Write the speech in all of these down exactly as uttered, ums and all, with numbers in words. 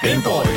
Game Boys.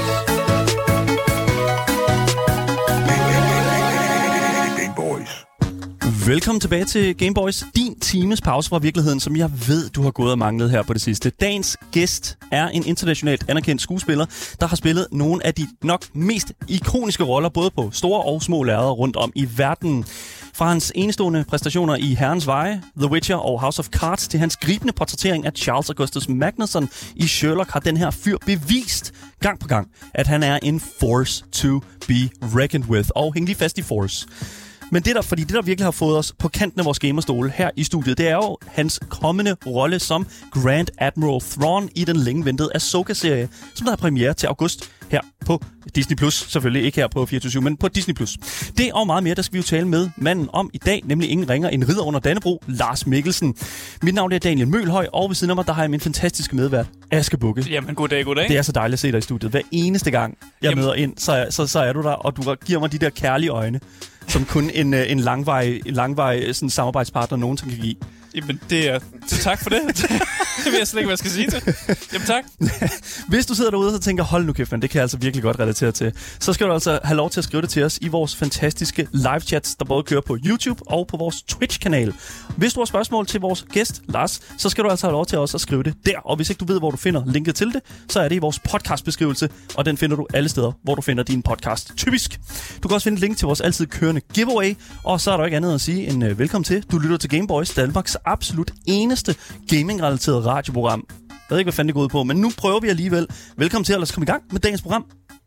Game Boys. Velkommen tilbage til Game Boys. Din times pause fra virkeligheden, som jeg ved, du har gået og manglet her på det sidste. Dagens gæst er en internationalt anerkendt skuespiller, der har spillet nogle af de nok mest ikoniske roller, både på store og små lærreder rundt om i verden. Fra hans enestående præstationer i Herrens Veje, The Witcher og House of Cards til hans gribende portrættering af Charles Augustus Magnuson i Sherlock, har den her fyr bevist gang på gang, at han er en force to be reckoned with. Og hæng lige fast i force. Men det der, fordi det der virkelig har fået os på kanten af vores gamerstole her i studiet, det er jo hans kommende rolle som Grand Admiral Thrawn i den længe ventede Ahsoka-serie, som der har premiere til august her på Disney plus. Selvfølgelig ikke her på fireogtyve syv, men på Disney plus. Det og meget mere, der skal vi jo tale med manden om i dag, nemlig ingen ringer end ridder under Dannebrog, Lars Mikkelsen. Mit navn er Daniel Mølhøj, og ved siden af mig, der har jeg min fantastiske medvært, Aske Bukke. Jamen, goddag, goddag. Det er så dejligt at se dig i studiet. Hver eneste gang, jeg Jamen. møder ind, så, så, så er du der, og du giver mig de der kærlige øjne, som kun en, en langvej, en langvej sådan samarbejdspartner nogensinde kan give. Jamen, det er... Tak for det. Det ved jeg slet ikke, hvad jeg skal sige til. Jamen, tak. Hvis du sidder derude og tænker, hold nu kæft, man, det kan jeg altså virkelig godt relatere til, så skal du altså have lov til at skrive det til os i vores fantastiske live-chats, der både kører på YouTube og på vores Twitch-kanal. Hvis du har spørgsmål til vores gæst, Lars, så skal du altså have lov til også at skrive det der. Og hvis ikke du ved, hvor du finder linket til det, så er det i vores podcastbeskrivelse, og den finder du alle steder, hvor du finder din podcast. Typisk. Du kan også finde et link til vores altid kørende giveaway, og så er der ikke andet at sige end uh, velkommen til. Du lytter til Game Boys, Danmarks absolut eneste gaming-relateret radioprogram. Jeg ved ikke, hvad fanden det går ud på, men nu prøver vi alligevel. Velkommen til, og lad os komme i gang med dagens program.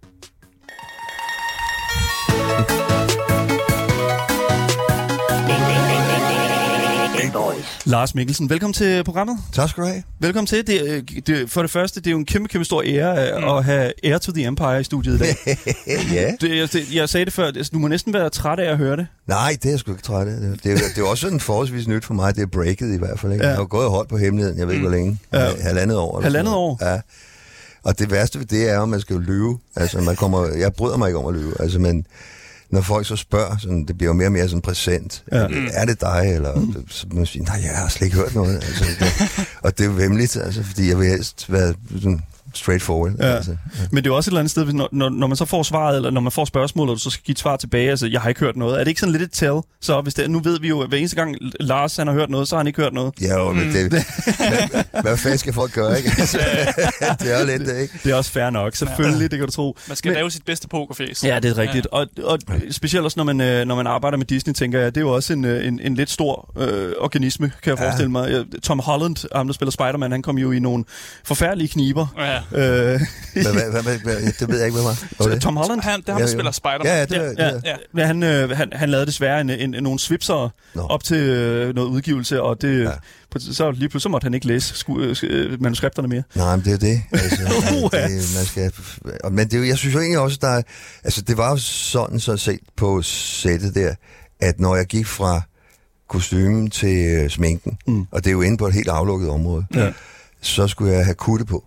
Lars Mikkelsen, velkommen til programmet. Tak skal du have. Velkommen til. Det, det, for det første, det er jo en kæmpe, kæmpe stor ære mm. at have Heir to the Empire i studiet i dag. Ja. Det, jeg, det, jeg sagde det før, du må næsten være træt af at høre det. Nej, det er jeg sgu ikke træt af. Det, det, det er også sådan forholdsvis nyt for mig. Det er breaket i hvert fald. Ikke? Ja. Jeg har gået og holdt på hemmeligheden, jeg ved ikke hvor længe. Ja. Halvandet år. Eller Halvandet år? Ja. Og det værste ved det er, at man skal jo lyve. Altså, man kommer, jeg bryder mig ikke om at lyve. Altså, men når folk så spørger, sådan, det bliver jo mere og mere sådan præsent. Ja. Er det dig? Eller mm. så man siger, nej, jeg har slet ikke hørt noget. Altså, det, og det er jo vemmeligt, altså, fordi jeg vil helst være sådan straightforward. Ja. Altså, ja. Men det er jo også et eller andet sted, når, når, når man så får svaret, eller når man får spørgsmålet, og du så skal give et svar tilbage, altså, jeg har ikke hørt noget. Er det ikke sådan lidt et tell? Så hvis det, nu ved vi jo, at hver eneste gang Lars han har hørt noget, så har han ikke hørt noget. Ja, jo, men det, hvad, hvad fanden skal folk gøre, ikke? Altså, det er jo lidt det, ikke? Det er også fair nok, selvfølgelig, ja. Det kan du tro. Man skal men, lave sit bedste pokerface. Ja, det er rigtigt. Ja. Og, og specielt også, når man, når man arbejder med Disney, tænker jeg, det er jo også en, en, en lidt stor øh, organisme, kan jeg ja. forestille mig. Tom Holland, ham der spiller Spider-Man, han kom jo i nogle forfærdelige kniber. Ja. Øh, Hvad, hvad, hvad, hvad, det ved jeg ikke, hvad var. Okay. Tom Holland? Han, det er ham, der spiller Spider-Man. Ja, ja, det, ja, ja, ja. ja. Han, øh, han, han lavede desværre en, en, en, nogle svipser no. op til øh, noget udgivelse, og det, ja. på, så lige pludselig måtte han ikke læse sku, øh, manuskripterne mere. Nej, men det er det. Altså, uh, det man skal, men det, jeg synes jo egentlig også, der altså det var jo sådan så set på sættet der, at når jeg gik fra kostymen til øh, sminken, mm. og det er jo inde på et helt aflukket område, ja. så skulle jeg have kutte på.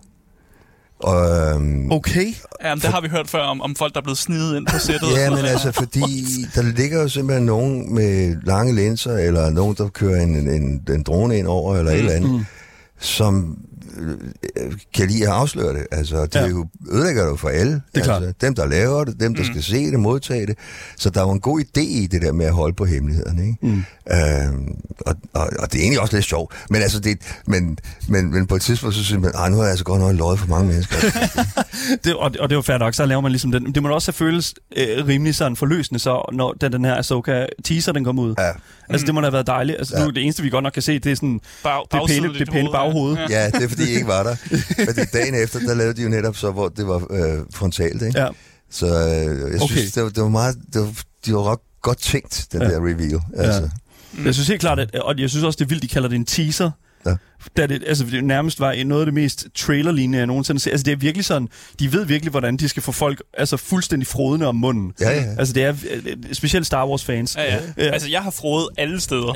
Og, øhm, okay. Ja, men det har vi hørt før om, om folk, der er blevet snedet ind på sættet. Ja, men altså, fordi der ligger jo simpelthen nogen med lange linser, eller nogen, der kører en, en, en drone ind over, eller mm. et eller andet, mm. som øh, kan lige afsløre det. Altså, det ja. er jo, ødelægger det jo for alle. Det er altså, dem, der laver det, dem, der mm. skal se det, modtage det. Så der er jo en god idé i det der med at holde på hemmelighederne, ikke? Mm. Øhm, og, og, og det er egentlig også lidt sjovt. Men altså, det, men, men, men på et tidspunkt, så synes man, nej, nu har jeg altså godt nok løjet for mange mennesker. det, og, og det er jo fair nok, så laver man ligesom den. Det må også have føles øh, rimelig sådan forløsende, så når den, den her Ahsoka teaser, den kom ud. Ja. Altså, det må da have været dejligt. Altså, ja. nu, det eneste, vi godt nok kan se, det er sådan Bag, det pæne, det pæne baghoved. Ja. ja, det er fordi, I ikke var der. Fordi dagen efter, der lavede de jo netop så, hvor det var øh, frontalt, ikke? Ja. Så øh, jeg okay. synes, det var, det var meget, det var, de var ret godt tænkt, den ja. der reveal. Altså. Ja. Mm. Jeg synes helt klart, at, og jeg synes også, det er vildt, de kalder det en teaser. Ja. Da det, altså, det nærmest var noget af det mest trailerlignende, jeg nogensinde ser. Altså, det er virkelig sådan, de ved virkelig, hvordan de skal få folk altså, fuldstændig frodende om munden. Ja, ja. Altså, det er specielt Star Wars-fans. Ja, ja. Ja. Altså, jeg har frodet alle steder.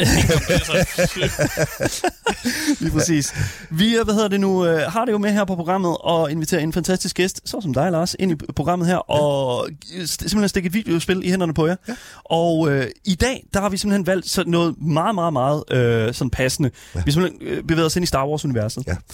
Lige præcis. Vi hvad hedder det nu, har det jo med her på programmet og inviterer en fantastisk gæst, så som dig, Lars, ind i programmet her, ja. og simpelthen stikke et videospil i hænderne på jer. Ja. Og øh, i dag, der har vi simpelthen valgt sådan noget meget, meget, meget øh, sådan passende. Ja. Vi simpelthen øh, bevæger os ind i Star Wars-universet. Ja.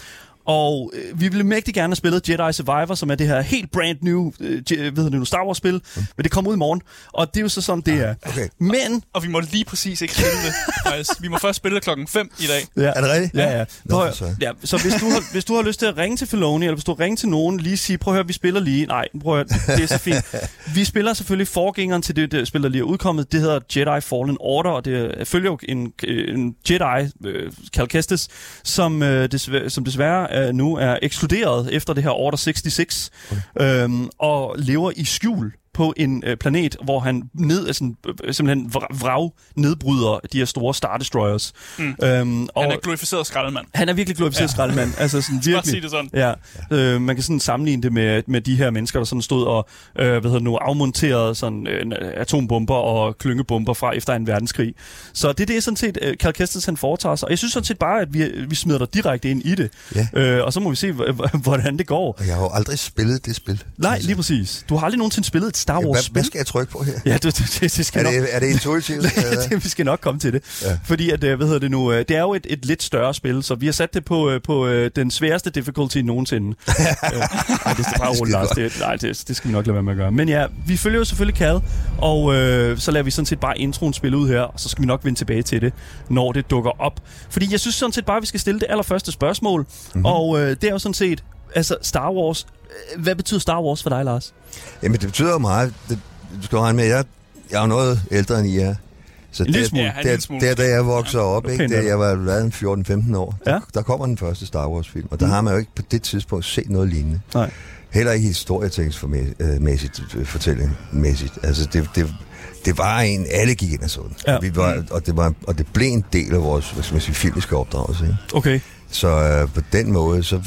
Og øh, vi ville mægtig gerne have spillet Jedi Survivor, som er det her helt brand new, øh, ved du nu, Star Wars-spil, mm. men det kommer ud i morgen, og det er jo så sådan, det er. Okay. Men... Og vi må lige præcis ikke spille det, faktisk. Vi må først spille klokken fem i dag. Ja. Er det rigtigt? Ja, ja. Nå, Prøv, så. ja så hvis du, har, hvis du har lyst til at ringe til Filoni, eller hvis du ringer til nogen, lige sige, prøv at høre, vi spiller lige. Nej, prøv at høre, det er så fint. Vi spiller selvfølgelig forgængeren til det, det spil, der lige er udkommet. Det hedder Jedi Fallen Order, og det følger jo en, en Jedi, øh, Cal Kestis, som, øh, desværre, som desværre øh, nu er ekskluderet efter det her Order seksogtres, okay. øhm, og lever i skjul på en øh, planet, hvor han ned, altså, øh, simpelthen vrag nedbryder de her store Star Destroyers. Mm. Øhm, og han er glorificeret skraldemand. Han er virkelig glorificeret ja. skraldemand. Altså sådan virkelig. Bare sige det sådan. Ja. Øh, man kan sådan sammenligne det med, med de her mennesker, der sådan stod og øh, hvad hedder det nu, afmonterede sådan, øh, atombomber og klyngebomber fra efter en verdenskrig. Så det, det er sådan set øh, Cal Kestis, han foretager sig. Og jeg synes sådan set bare, at vi, vi smider dig direkte ind i det. Ja. Øh, og så må vi se, hvordan det går. Jeg har jo aldrig spillet det spil. Nej, lige præcis. Du har aldrig nogensinde spillet et Star Wars-spil. Hvad skal jeg trykke på her? Ja, det, det, det, det skal er, nok... det, er det intuitivt? det, vi skal nok komme til det. Ja. Fordi at, hvad hedder det nu, det er jo et, et lidt større spil, så vi har sat det på, på den sværeste difficulty nogensinde. øh, nej, det skal bare roligt, Lars. Det, nej, det, det skal vi nok lade være med at gøre. Men ja, vi følger jo selvfølgelig Cal, og øh, så lader vi sådan set bare introen spille ud her, og så skal vi nok vende tilbage til det, når det dukker op. Fordi jeg synes sådan set bare, at vi skal stille det allerførste spørgsmål, mm-hmm. og øh, det er jo sådan set, altså Star Wars. Hvad betyder Star Wars for dig, Lars? Jamen, det betyder meget. Det, du skal regne med, at jeg, jeg er noget ældre end I er. Så en lille smule. Der, ja, der, der, da jeg voksede op, okay, ikke, da jeg var fjorten femten år, ja. der, der kommer den første Star Wars-film, og der mm. har man jo ikke på det tidspunkt set noget lignende. Nej. Heller ikke historietekstmæssigt, fortællingsmæssigt. Altså, det, det, det var en, alle gik ind og så den. Ja. Vi var, og, det var, og det blev en del af vores, hvad skal man sige, filmiske opdragelse. Ikke? Okay. Så øh, på den måde, så,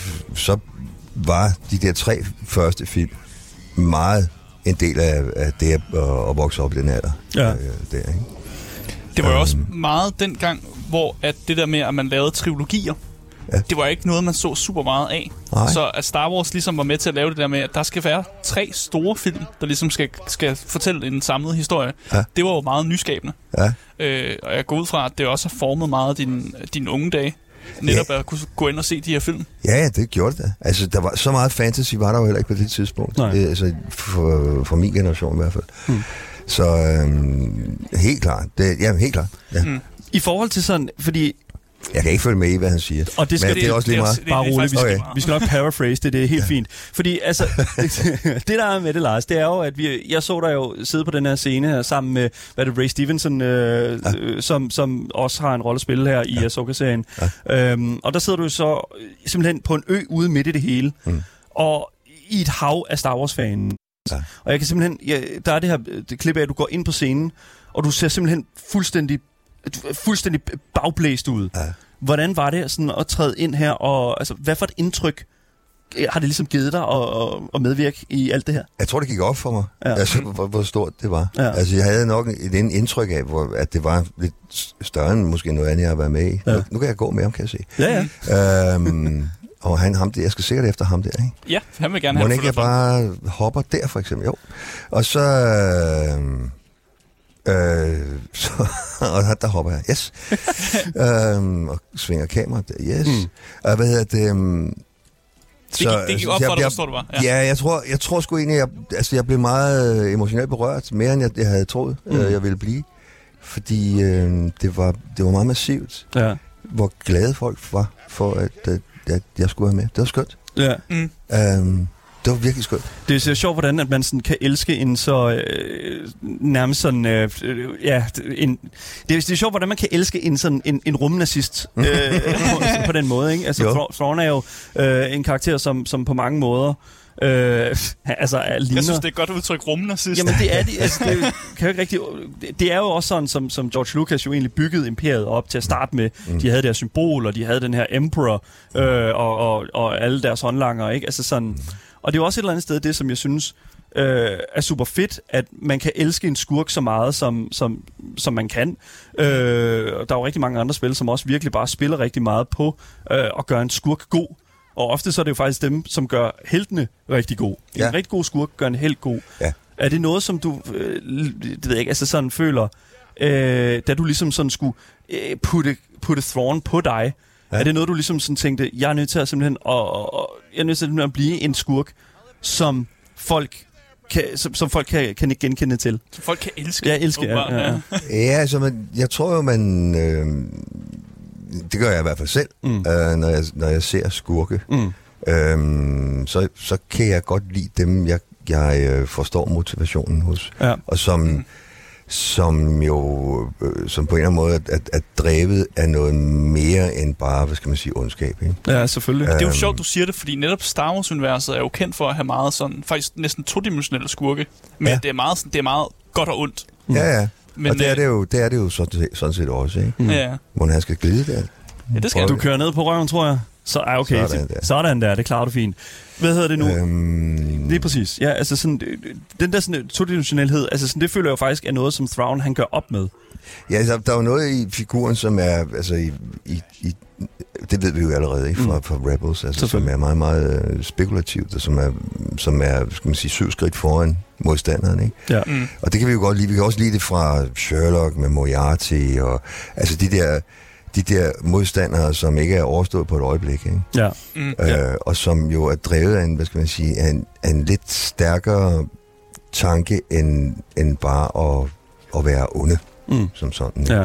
så var de der tre første film meget en del af, af det at, at vokse op i den alder. Ja. Øh, der, ikke? Det var jo um, også meget dengang, hvor at det der med, at man lavede trilogier, ja. det var ikke noget, man så super meget af. Nej. Så at Star Wars ligesom var med til at lave det der med, at der skal være tre store film, der ligesom skal, skal fortælle en samlet historie. Ja. Det var jo meget nyskabende. Ja. Øh, og jeg går ud fra, at det også har formet meget din, din unge dage. Netop ja. At kunne gå ind og se de her film. Ja, ja, det gjorde det. Altså, der var så meget fantasy, var der jo heller ikke på det tidspunkt. Det, altså, for, for min generation i hvert fald. Hmm. Så øhm, helt klart. Det, ja, helt klart. Ja. Hmm. I forhold til sådan, fordi... Jeg kan ikke følge med i, hvad han siger. Og det skal men det, det er også lige meget. Det, det, bare roligt, vi skal, okay. vi skal nok paraphrase det, det er helt ja. fint. Fordi altså, det der er med det, Lars, det er jo, at vi, jeg så dig jo sidde på den her scene her sammen med, hvad er det, Ray Stevenson, øh, ja. øh, som, som også har en rolle at spille her i ja. Ahsoka-serien. Ja. Øhm, og der sidder du så simpelthen på en ø ude midt i det hele, mm. og i et hav af Star Wars-fanen. Ja. Og jeg kan simpelthen, ja, der er det her det klip af, at du går ind på scenen, og du ser simpelthen fuldstændig fuldstændig bagblæst ud. Ja. Hvordan var det sådan at træde ind her, og altså, hvad for et indtryk har det ligesom givet dig at, at medvirke i alt det her? Jeg tror, det gik op for mig, ja. altså, hvor, hvor stort det var. Ja. Altså, jeg havde nok et indtryk af, hvor, at det var lidt større end måske noget andet, jeg har været med i. Ja. Nu, nu kan jeg gå med ham, kan jeg se. Ja, ja. øhm, og han, ham der, jeg skal sikkert efter ham der, ikke? Ja, han vil gerne have det. Må ikke jeg bare hopper der, for eksempel? Jo. Og så... Øh, Øh, så, og der hopper jeg, yes. øhm, og svinger kameraet, yes. Mm. Og hvad hedder det? Um, så, det, gik, det gik op jeg, for dig, forstår du bare. Ja, ja jeg, tror, jeg tror sgu egentlig, jeg, altså, jeg blev meget emotionelt berørt, mere end jeg, jeg havde troet, mm. øh, jeg ville blive. Fordi øh, det, var, det var meget massivt, ja. hvor glade folk var for, at, at, at jeg skulle være med. Det var skønt. Ja. Mm. Øhm, Det var virkelig skønt. Det er så sjovt, hvordan at man sådan kan elske en så øh, nærmest sådan øh, ja, en, det, er, det er sjovt, hvordan man kan elske en sådan en, en rumnazist øh, på, på den måde, ikke? Altså Thrawn er jo øh, en karakter som som på mange måder Øh, altså, ligner... Jeg synes, det er et godt udtryk, rumnazist. Jamen, det er det. Altså, det, kan jo ikke rigtig... det er jo også sådan, som, som George Lucas jo egentlig byggede imperiet op til at starte med. Mm. De havde deres symbol, og de havde den her Emperor, øh, og, og, og alle deres håndlanger, ikke? Altså sådan... Og det er jo også et eller andet sted det, som jeg synes øh, er super fedt, at man kan elske en skurk så meget, som, som, som man kan. Øh, der er jo rigtig mange andre spil, som også virkelig bare spiller rigtig meget på øh, at gøre en skurk god. Og ofte så er det jo faktisk dem, som gør heltene rigtig god. En ja. rigtig god skurk gør en helt god. Ja. Er det noget, som du, øh, det ved jeg ikke, altså sådan føler, øh, da du ligesom sådan skulle øh, putte, putte Thrawn på dig, Ja. Er det noget, du ligesom sådan tænkte, jeg er nødt til at simpelthen, og, og, jeg er nødt til at blive en skurk, som folk kan, som, som folk kan, kan genkende til? Som folk kan elske? Ja, elske, ja. ja, ja. ja altså, man, jeg tror jo, man... Øh, det gør jeg i hvert fald selv, mm. øh, når, jeg, når jeg ser skurke. Mm. Øhm, så, så kan jeg godt lide dem, jeg, jeg øh, forstår motivationen hos. Ja. Og som... Mm. som jo øh, som på en eller anden måde er, er, er drevet af noget mere end bare, hvad skal man sige, ondskab, ikke? Ja, selvfølgelig. Det er jo sjovt, du siger det, fordi netop Star Wars-universet er jo kendt for at have meget sådan, faktisk næsten todimensionelle skurke, men ja. det, er meget, det er meget godt og ondt. Mm. Ja, ja. Men, og det er det jo, det er det jo sådan, sådan set også, ikke? Mm. Ja. Hvordan han skal glide der. Ja, det skal du kører ned på røven, tror jeg. Så er okay. Sådan der. Sådan der, det klarer du fint. Hvad hedder det nu? Øhm... Det er præcis. Ja, altså sådan, den der sådan, todimensionelhed, altså sådan, det føler jeg jo faktisk er noget, som Thrawn han gør op med. Ja, altså, der er jo noget i figuren, som er, altså i, i, i det ved vi jo allerede, ikke, fra, mm. fra Rebels, altså, som er meget, meget uh, spekulativt, og som er, som er, skal man sige, syv skridt foran modstanderen, ikke? Ja. Mm. Og det kan vi jo godt lide. Vi kan også lide det fra Sherlock med Moriarty, og altså de der... de der modstandere, som ikke er overstået på et øjeblik, ikke? Ja. Mm, ja. Øh, og som jo er drevet af en, hvad skal man sige, af en, af en lidt stærkere tanke, end, end bare at, at være onde, mm. som sådan. Ja.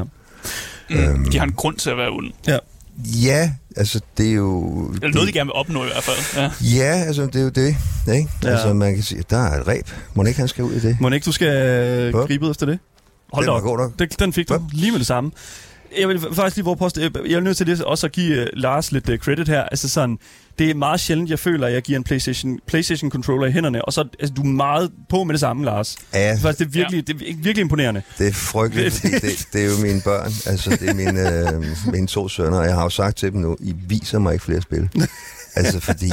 Mm, de har en grund til at være onde. Ja. Ja, altså det er jo... Eller noget, de gerne vil opnå i hvert fald. Ja, ja altså det er jo det, ikke? Ja. Altså man kan sige, der er et reb. Må ikke han skal ud i det? Må ikke du skal Bøp. gribe efter det? Hold den da op. Den fik du Bøp. lige med det samme. Jeg vil faktisk lige poste, jeg er nødt til det også at give uh, Lars lidt uh, credit her. Altså sådan, det er meget sjældent, jeg føler, at jeg giver en PlayStation, PlayStation controller i hænderne, og så altså, du er meget på med det samme, Lars. Ja. Faktisk, det er virkelig, ja. det er virkelig imponerende. Det er frygteligt, fordi det, det er jo mine børn, altså det er mine, øh, mine to sønner, og jeg har jo sagt til dem nu, I viser mig ikke flere spil. Altså fordi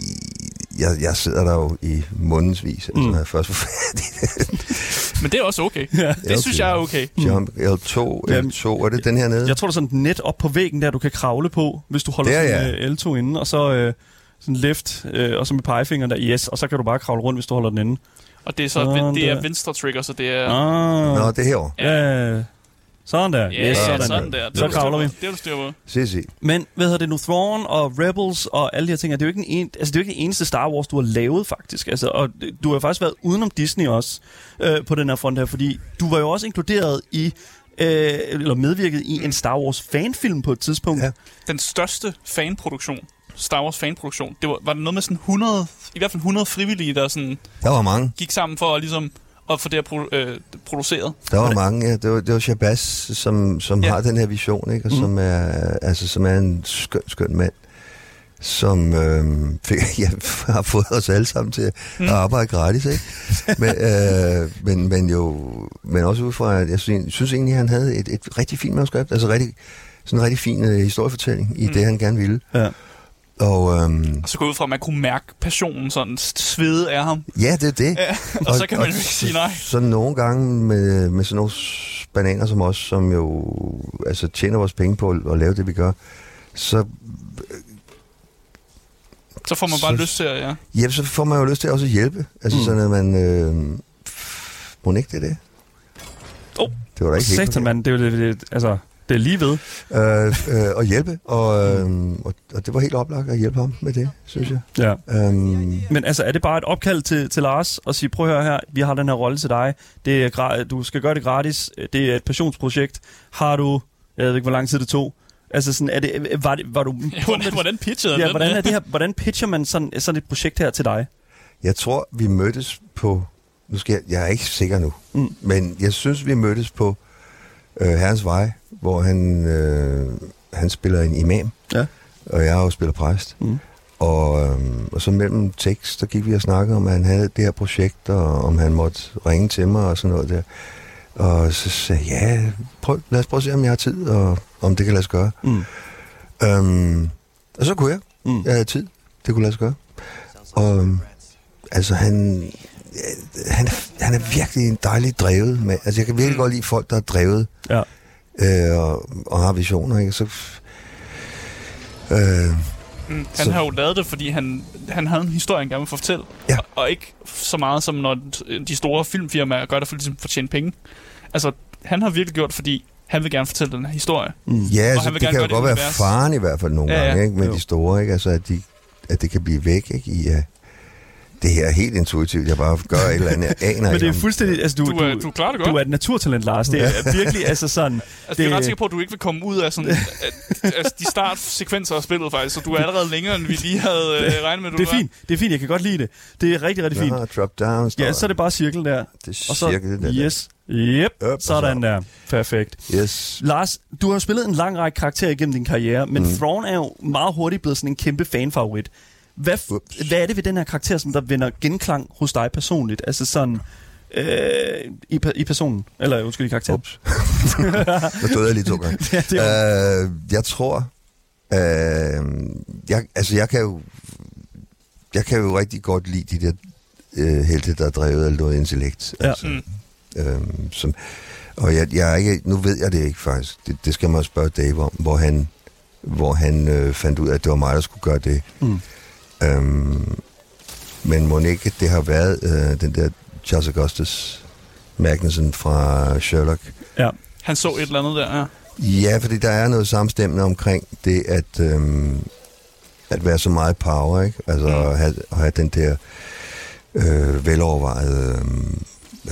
jeg, jeg sidder der jo i månedsvis, altså mm. når jeg først var færdig. Men det er også okay. Ja. Det okay. synes jeg er okay. Jump L to, L to, er det den her nede? Jeg tror, der er sådan et net op på væggen der, du kan kravle på, hvis du holder der, sådan ja. L to inde, og så øh, sådan left, øh, og så med pegefingeren der, yes, og så kan du bare kravle rundt, hvis du holder den inde. Og det er så, ah, det er venstre trigger, så det er... Ah. Nå, det er herovre. Ja. Sådan der. Ja, yes, sådan, sådan der. Så kravler vi. Det er du styr på. Se, se. Men hvad hedder det nu? Thrawn og Rebels og alle de her ting, det er jo ikke den, en, altså, det er jo ikke den eneste Star Wars, du har lavet faktisk. Altså, og du har faktisk været udenom Disney også øh, på den her front her, fordi du var jo også inkluderet i, øh, eller medvirket i en Star Wars fanfilm på et tidspunkt. Ja. Den største fanproduktion. Star Wars fanproduktion. Det var, var det noget med sådan hundrede, i hvert fald hundrede frivillige, der sådan... Der var mange. Gik sammen for at ligesom... og for det at produ- øh, produceret. Der var mange, ja. Det var, det var Shabazz, som, som ja. har den her vision, ikke? Og mm. som, er, altså, som er en skøn, skøn mand, som øh, fik, ja, har fået os alle sammen til mm. at arbejde gratis, ikke? men, øh, men, men jo, men også ud fra, at jeg synes, synes egentlig, at han havde et, et rigtig fint manuskript, altså rigtig, sådan en rigtig fin uh, historiefortælling i mm. det, han gerne ville. Ja. Og, øhm, og så gå ud fra, at man kunne mærke passionen, sådan svede af ham. Ja, det er det. Ja, og, og så kan man jo ikke sige nej. Så nogle gange med, med sådan nogle bananer som os, som jo altså, tjener vores penge på at lave det, vi gør, så... Så får man bare så, lyst til at, ja. Ja, så får man jo lyst til at også hjælpe. Altså mm. sådan, at man... Øh, må ikke det det? Oh, det var da ikke helt... Satan, mand, det er jo det, altså... Det er lige ved. Øh, øh, og hjælpe, og, øh, og, og det var helt oplagt at hjælpe ham med det, synes jeg. Ja. Øhm. Men altså, er det bare et opkald til, til Lars og sige, prøv at høre her, vi har den her rolle til dig. Det er gra- du skal gøre det gratis. Det er et passionsprojekt. Har du, jeg ved ikke, hvor lang tid det tog. Altså sådan, er det, var, det, var du... Ja, hvordan, hvordan pitchede ja, hvordan, er det her, hvordan pitcher man sådan, sådan et projekt her til dig? Jeg tror, vi mødtes på... Nu skal jeg, jeg er ikke sikker nu, mm. men jeg synes, vi mødtes på øh, Herrens Vej, hvor han, øh, han spiller en imam, ja. Og jeg har jo spiller præst. Mm. Og, øh, og så mellem tekst, der gik vi og snakkede om, at han havde det her projekt, og om han måtte ringe til mig og sådan noget der. Og så sagde jeg, ja, prøv, lad os prøve at se, om jeg har tid, og om det kan lade sig gøre. Mm. Øhm, og så kunne jeg. Mm. Jeg havde tid. Det kunne lade sig gøre. Og altså, han... Han er, han er virkelig en dejlig drevet med. Altså, jeg kan virkelig mm. godt lide folk, der er drevet. Ja. Øh, og, og har visioner, ikke? Så, øh, mm, han så, har jo lavet det, fordi han, han havde en historie, han gerne vil fortælle. Ja. Og, og ikke så meget som når de store filmfirmaer gør det for ligesom for at tjene penge. Altså, han har virkelig gjort, fordi han vil gerne fortælle den her historie. Mm. Ja, altså, det kan jo godt være univers. Faren i hvert fald nogle ja, gange, ikke? Med jo. De store, ikke? Altså, at, de, at det kan blive væk, ikke? I, uh, det her er helt intuitivt, jeg bare gør et eller andet, jeg aner. Men det er fuldstændig, altså du, du, er, du, klarer det godt. Du er et naturtalent, Lars. Det er virkelig, altså sådan... Altså, det er ret sikker på, at du ikke vil komme ud af sådan... altså, de startsekvenser af spillet, faktisk, så du er allerede længere, end vi lige havde øh, regnet med, du Det er fint, det er fint, jeg kan godt lide det. Det er rigtig, rigtig fint. Ja, drop down, ja, så er det bare cirkel der. Det er cirkel der. Yes, yep, Up, sådan der. Perfekt. Yes. Lars, du har spillet en lang række karakterer igennem din karriere, men mm. Thrawn er jo meget hurtigt blevet sådan en kæmpe fanfavorit. Hvad, hvad er det ved den her karakter, som der vender genklang hos dig personligt? Altså sådan, øh, i, i personen? Eller undskyld, i karakteren? Ups. Der døde jeg lige to gange. ja, det var... uh, jeg tror, uh, jeg, altså jeg kan jo, jeg kan jo rigtig godt lide de der uh, helte, der er drevet af noget intellekt. Ja. Altså, mm. uh, som, og jeg, jeg er ikke, nu ved jeg det ikke faktisk. Det, det skal man spørge Dave om, hvor han, hvor han uh, fandt ud af, at det var mig, der skulle gøre det. Mm. Um, men må ikke det har været uh, den der Charles Augustus Magnussen fra Sherlock. Ja, han så et eller andet der, ja. Ja, fordi der er noget samstemmende omkring det at um, at være så meget power, ikke? Altså mm. at, have, at have den der øh, velovervejede øh,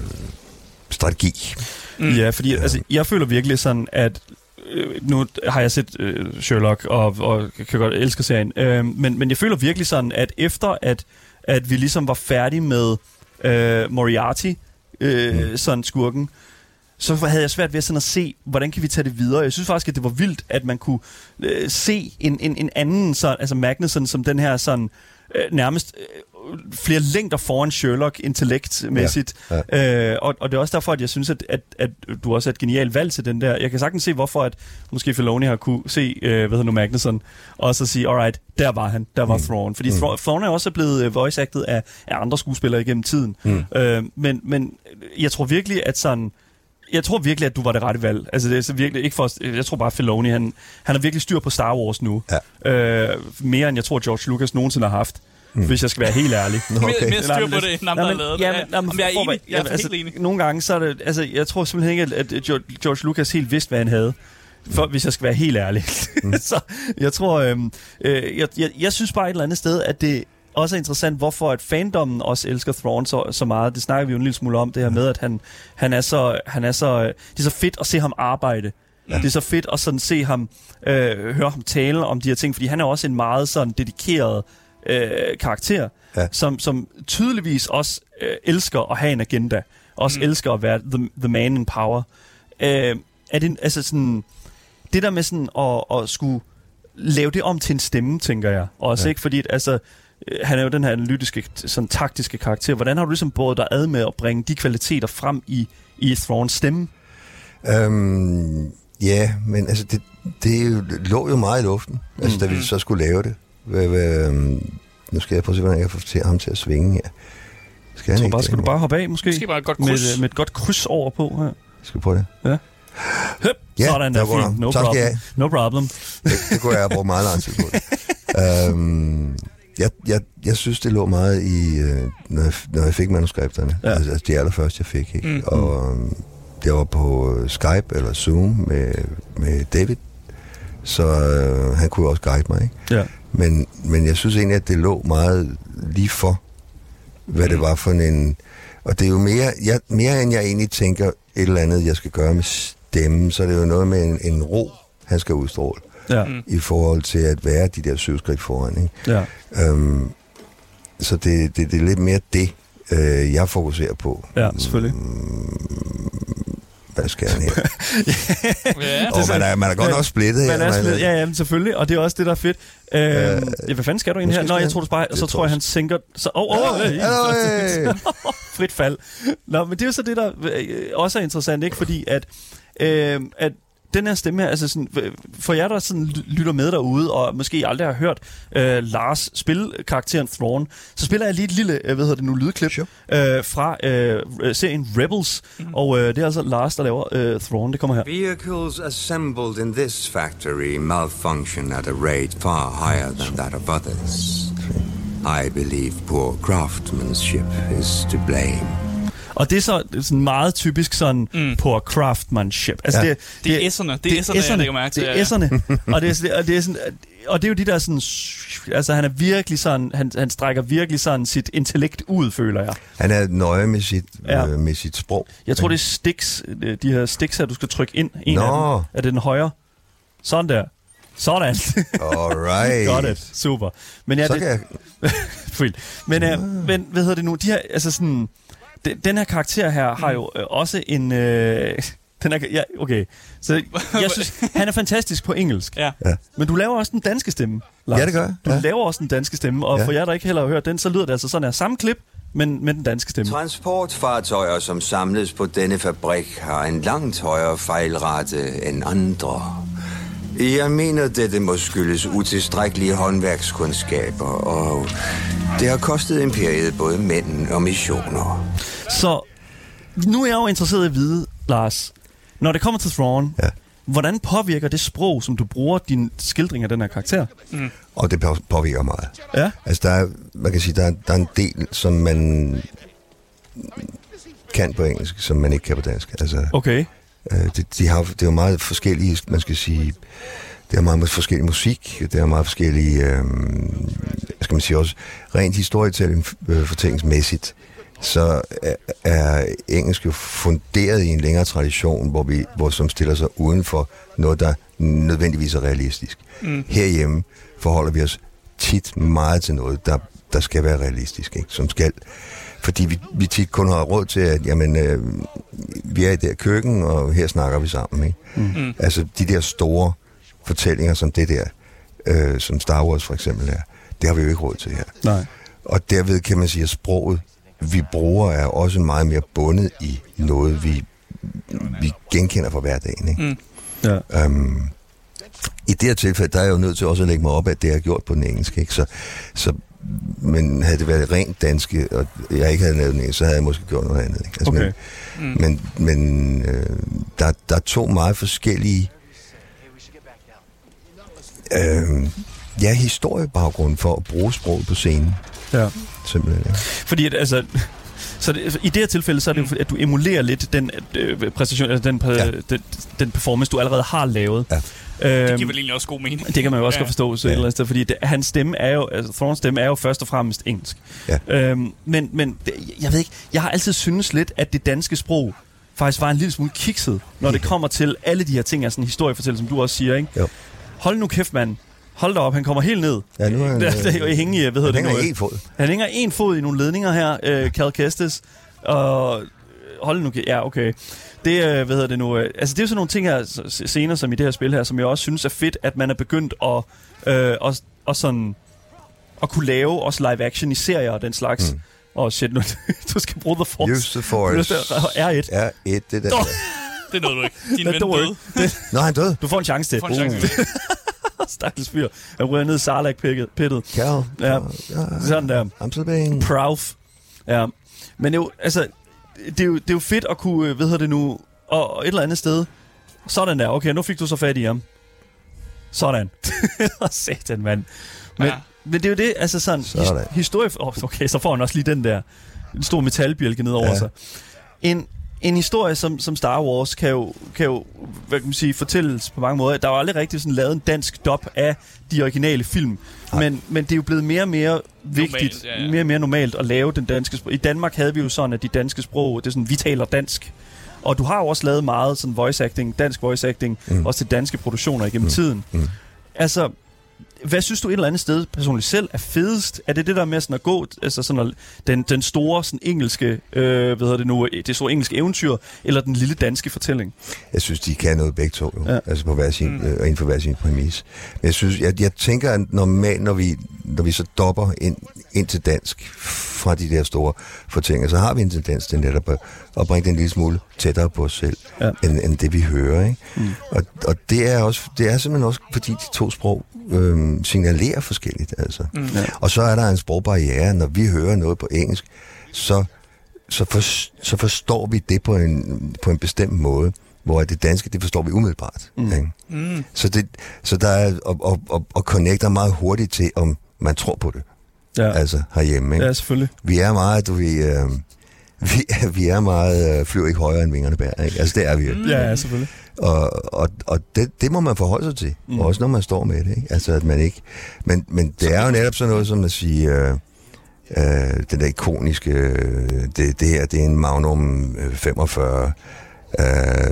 strategi. Mm. Ja, fordi ja. Altså, jeg føler virkelig sådan, at nu har jeg set øh, Sherlock, og, og kan godt elske serien, øh, men, men jeg føler virkelig sådan, at efter at, at vi ligesom var færdige med øh, Moriarty, øh, mm. sådan skurken, så havde jeg svært ved sådan at se, hvordan kan vi tage det videre. Jeg synes faktisk, at det var vildt, at man kunne øh, se en, en, en anden, sådan, altså Magnussen, som den her sådan, øh, nærmest øh, flere længder foran Sherlock intellektmæssigt. Ja, ja. Øh, og, og det er også derfor, at jeg synes, at, at, at du også er et genialt valg til den der. Jeg kan sagtens se, hvorfor at måske Filoni har kunne se, øh, hvad hedder nu, Magnussen, og så sige, alright, der var han, der var mm. Thrawn. Fordi mm. Thrawn er også blevet voice-acted af, af andre skuespillere igennem tiden. Mm. Øh, men, men jeg tror virkelig, at sådan... Jeg tror virkelig, at du var det rette valg. Altså, det er så virkelig ikke for... Jeg tror bare, Filoni, han, han har virkelig styr på Star Wars nu. Ja. Øh, mere end jeg tror, George Lucas nogensinde har haft. Mm. Hvis jeg skal være helt ærlig. Okay. Mere, mere styr på det, end andre har lavet. Ja, men, jamen, jeg er enig. Jeg er altså, helt enig. Nogle gange, så er det... Altså, jeg tror simpelthen ikke, at, at George Lucas helt vidste, hvad han havde. For, mm. hvis jeg skal være helt ærlig. Mm. så jeg tror... Øhm, øh, jeg, jeg, jeg synes bare et eller andet sted, at det... også er interessant, hvorfor at fandommen også elsker Thrawn så, så meget. Det snakker vi jo en lille smule om, det her med, at han, han, er, så, han er så... Det er så fedt at se ham arbejde. Ja. Det er så fedt at sådan se ham, øh, høre ham tale om de her ting, fordi han er også en meget sådan dedikeret øh, karakter, ja. som, som tydeligvis også øh, elsker at have en agenda. Også mm. elsker at være the, the man in power. Øh, er det, altså sådan... Det der med sådan at, at skulle lave det om til en stemme, tænker jeg. Også, ja. Ikke? Fordi, altså... Han er jo den her analytiske, sådan taktiske karakter. Hvordan har du ligesom båret dig ad med at bringe de kvaliteter frem i, i Thrawns stemme? Um, ja, men altså, det, det lå jo meget i luften, mm. altså, da vi så skulle lave det. Hvad, hvad, um, nu skal jeg prøve at se, hvordan jeg kan få ham til at svinge her. Skal, jeg bare, skal du bare hoppe af, måske? Måske bare et godt kryds. Med, med et godt kryds over på her. Skal vi prøve det? Ja. Høp, ja, sådan der, fint. No tak problem. No problem. Det, det kunne jeg have brugt meget lang tid på det. um, Jeg, jeg, jeg synes, det lå meget i, øh, når, jeg, når jeg fik manuskripterne. Ja. Altså, altså de allerførste, jeg fik. Ikke? Mm. Og um, jeg var på Skype eller Zoom med, med David, så øh, han kunne også guide mig. Ikke? Ja. Men, men jeg synes egentlig, at det lå meget lige for, hvad mm. det var for en... Og det er jo mere, jeg, mere end jeg egentlig tænker et eller andet, jeg skal gøre med stemmen, så er det jo noget med en, en ro, han skal udstråle. Ja. I forhold til at være de der syv skridt foran. Ikke? Ja. Um, så det, det, det er lidt mere det, øh, jeg fokuserer på. Ja, selvfølgelig. Um, hvad skal jeg her? ja, og man er, man er godt nok splittet her. Man er splittet, ja, ja, selvfølgelig. Og det er også det, der er fedt. Øhm, uh, ja, hvad fanden skal du ind her? Nå, jeg tror, du bare... Så tror jeg, han sænker... Så, oh, oh, oh, hey, frit fald. Nå, men det er jo så det, der også er interessant, ikke? Fordi at... Øh, at den her stemme her, altså sådan, for jer, der sådan lytter med derude, og måske aldrig har hørt øh, Lars spille karakteren Thrawn, så spiller jeg lige et lille, hvad hedder det nu, lydklip sure. øh, fra øh, serien Rebels, mm. og øh, det er altså Lars, der laver øh, Thrawn. Det kommer her. Vehicles assembled in this factory malfunction at a rate far higher than that of others. I believe poor craftsmanship is to blame. Og det er så sådan meget typisk sådan mm. på craftsmanship. Altså ja. det, det, det er esserne. Det er esserne, jeg lægger mærke til. Det er esserne. og, det er, og, det er sådan, og det er jo de der sådan... Altså han er virkelig sådan... Han, han strækker virkelig sådan sit intellekt ud, føler jeg. Han er nøje med sit, ja. øh, med sit sprog. Jeg tror, det er sticks. De her sticks her, du skal trykke ind. En Nå. af dem. Er det den højre? Sådan der. Sådan. Alright. Got it. Super. Men ja, så det... kan jeg... men, uh, men hvad hedder det nu? De her, altså sådan... Den, den her karakter her har jo øh, også en... Øh, den er, ja, okay. Så jeg synes, han er fantastisk på engelsk. Ja. Ja. Men du laver også den danske stemme, Lars. Ja, det gør jeg. Du ja. laver også den danske stemme, og ja. for jer, der ikke heller har hørt den, så lyder det altså sådan her. Samme klip, men med den danske stemme. Transportfartøjer, som samles på denne fabrik, har en langt højere fejlrate end andre. Jeg mener, dette må skyldes utilstrækkelige håndværkskundskaber, og det har kostet imperiet både mænd og missioner. Så nu er jeg jo interesseret i at vide, Lars, når det kommer til Thrawn, ja. hvordan påvirker det sprog, som du bruger din skildring af den her karakter? Mm. Og det påvirker meget. Ja. Altså, der er, man kan sige, der er, der er en del, som man kan på engelsk, som man ikke kan på dansk. Altså, okay. Øh, de, de har, det er jo meget forskellige, man skal sige, det er meget forskellig musik, det er meget forskellige, øh, skal man sige også, rent historietælling, øh, fortællingsmæssigt, så er, er engelsk jo funderet i en længere tradition, hvor vi, hvor, som stiller sig uden for noget, der nødvendigvis er realistisk. Mm. Herhjemme forholder vi os tit meget til noget, der, der skal være realistisk, ikke? Som skal, fordi vi, vi tit kun har råd til, at jamen, øh, vi er i det køkken, og her snakker vi sammen. Ikke? Mm. Altså de der store fortællinger, som det der, øh, som Star Wars for eksempel er, det har vi jo ikke råd til her. Nej. Og derved kan man sige, at sproget, vi bruger, er også meget mere bundet i noget, vi, vi genkender fra hverdagen. Ikke? Mm. Ja. Um, I det her tilfælde, der er jeg jo nødt til også at lægge mig op, at det er gjort på den engelske. Ikke? Så, så, men havde det været rent danske, og jeg ikke havde lavet den engelske, så havde jeg måske gjort noget andet. Ikke? Altså, okay. Men, mm. men, men øh, der, der er to meget forskellige øh, ja, historiebaggrund for at bruge sproget på scenen. Ja. Simpelthen, ja. Fordi at, altså, så det, i det her tilfælde, så er det jo, at du emulerer lidt den øh, præstation, altså den, ja. den, den performance, du allerede har lavet. Ja. Øhm, det giver vel egentlig også god mening. Det kan man jo også ja. godt forstå, så ja. et eller andet sted, fordi det, hans stemme er jo, altså Thrawns stemme er jo først og fremmest engelsk. Ja. Øhm, men, men det, jeg ved ikke, jeg har altid syntes lidt, at det danske sprog faktisk var en lille smule kikset, når det kommer til alle de her ting, altså en historiefortælling, som du også siger, ikke? Jo. Hold nu kæft, mand. Hold da op, han kommer helt ned. Ja, nu er han, der, der er jo hænge i, hvad hedder det nu? Han hænger en fod. Han hænger en fod i nogle ledninger her, øh, Cal Kestis. Og hold nu, ja, okay. Det, øh, hvad hedder det nu? Øh, altså, det er jo sådan nogle ting her, scener som i det her spil her, som jeg også synes er fedt, at man er begyndt at, øh, og, og sådan, at kunne lave også live action i serier og den slags. Mm. Og oh, shit, nu, du skal bruge The Force. Use the Force. R et. R et, det der. Oh. Det nåede du ikke. Din ven døde. Nå, han døde. Du får en chance til. Du får en chance til. Stakkels fyr. Jeg ryger ned i Sarlacc-pittet. Cal. Ja, sådan der. I'm so being. Proud. Ja. Men jo, altså, det er jo, det er jo fedt at kunne, hvad hedder det nu, og, og et eller andet sted. Sådan der. Okay, nu fik du så fat i ham. Sådan. Satan, mand. Men, ja. men det er jo det, altså sådan, sådan. His, historie... Oh, okay, så får han også lige den der en stor metalbjælke ned over ja. sig. En, en historie som, som Star Wars kan jo, kan jo hvad kan man sige, fortælles på mange måder. Der var aldrig rigtig sådan lavet en dansk dub af de originale film. Men, men det er jo blevet mere og mere vigtigt, normalt, ja, ja. mere og mere normalt at lave den danske sprog. I Danmark havde vi jo sådan, at de danske sprog, det er sådan, vi taler dansk. Og du har jo også lavet meget sådan voice acting, dansk voice acting, mm. også til danske produktioner igennem mm. tiden. Mm. Altså, hvad synes du et eller andet sted personligt selv er fedest? Er det det der med sådan at gå, altså sådan at, den, den store sådan engelske, øh, hvad hedder det nu, det store engelske eventyr, eller den lille danske fortælling? Jeg synes, de kan noget begge to, jo. Ja. Altså på hver sin, mm. øh, inden for hver sin præmis. Men jeg synes, jeg, jeg tænker, at normalt, når vi, når vi så dopper ind, ind til dansk fra de der store fortællinger, så har vi en tendens til netop at, at bringe den en lille smule tættere på os selv, ja. end, end det vi hører, ikke? Mm. Og, og det er også, det er simpelthen også, fordi de to sprog Øhm, signalerer forskelligt, altså. Mm. Ja. Og så er der en sprogbarriere, når vi hører noget på engelsk, så, så, for, så forstår vi det på en, på en bestemt måde, hvor det danske, det forstår vi umiddelbart. Mm. Mm. Så, det, så der er, og, og, og, og connecter meget hurtigt til, om man tror på det. Ja. Altså herhjemme, ikke? Ja, selvfølgelig. Vi er meget, du ved, øh, vi, er, vi er meget, øh, flyver ikke højere end vingerne bærer, ikke? Altså, det er vi jo. Mm. Ja, selvfølgelig. Og, og, og det, det må man forholde sig til, mm. også når man står med det, ikke? Altså, at man ikke... Men, men det er jo netop sådan noget, som at sige... Øh, øh, den der ikoniske... Øh, det, det her, det er en Magnum øh, femogfyrre... Øh,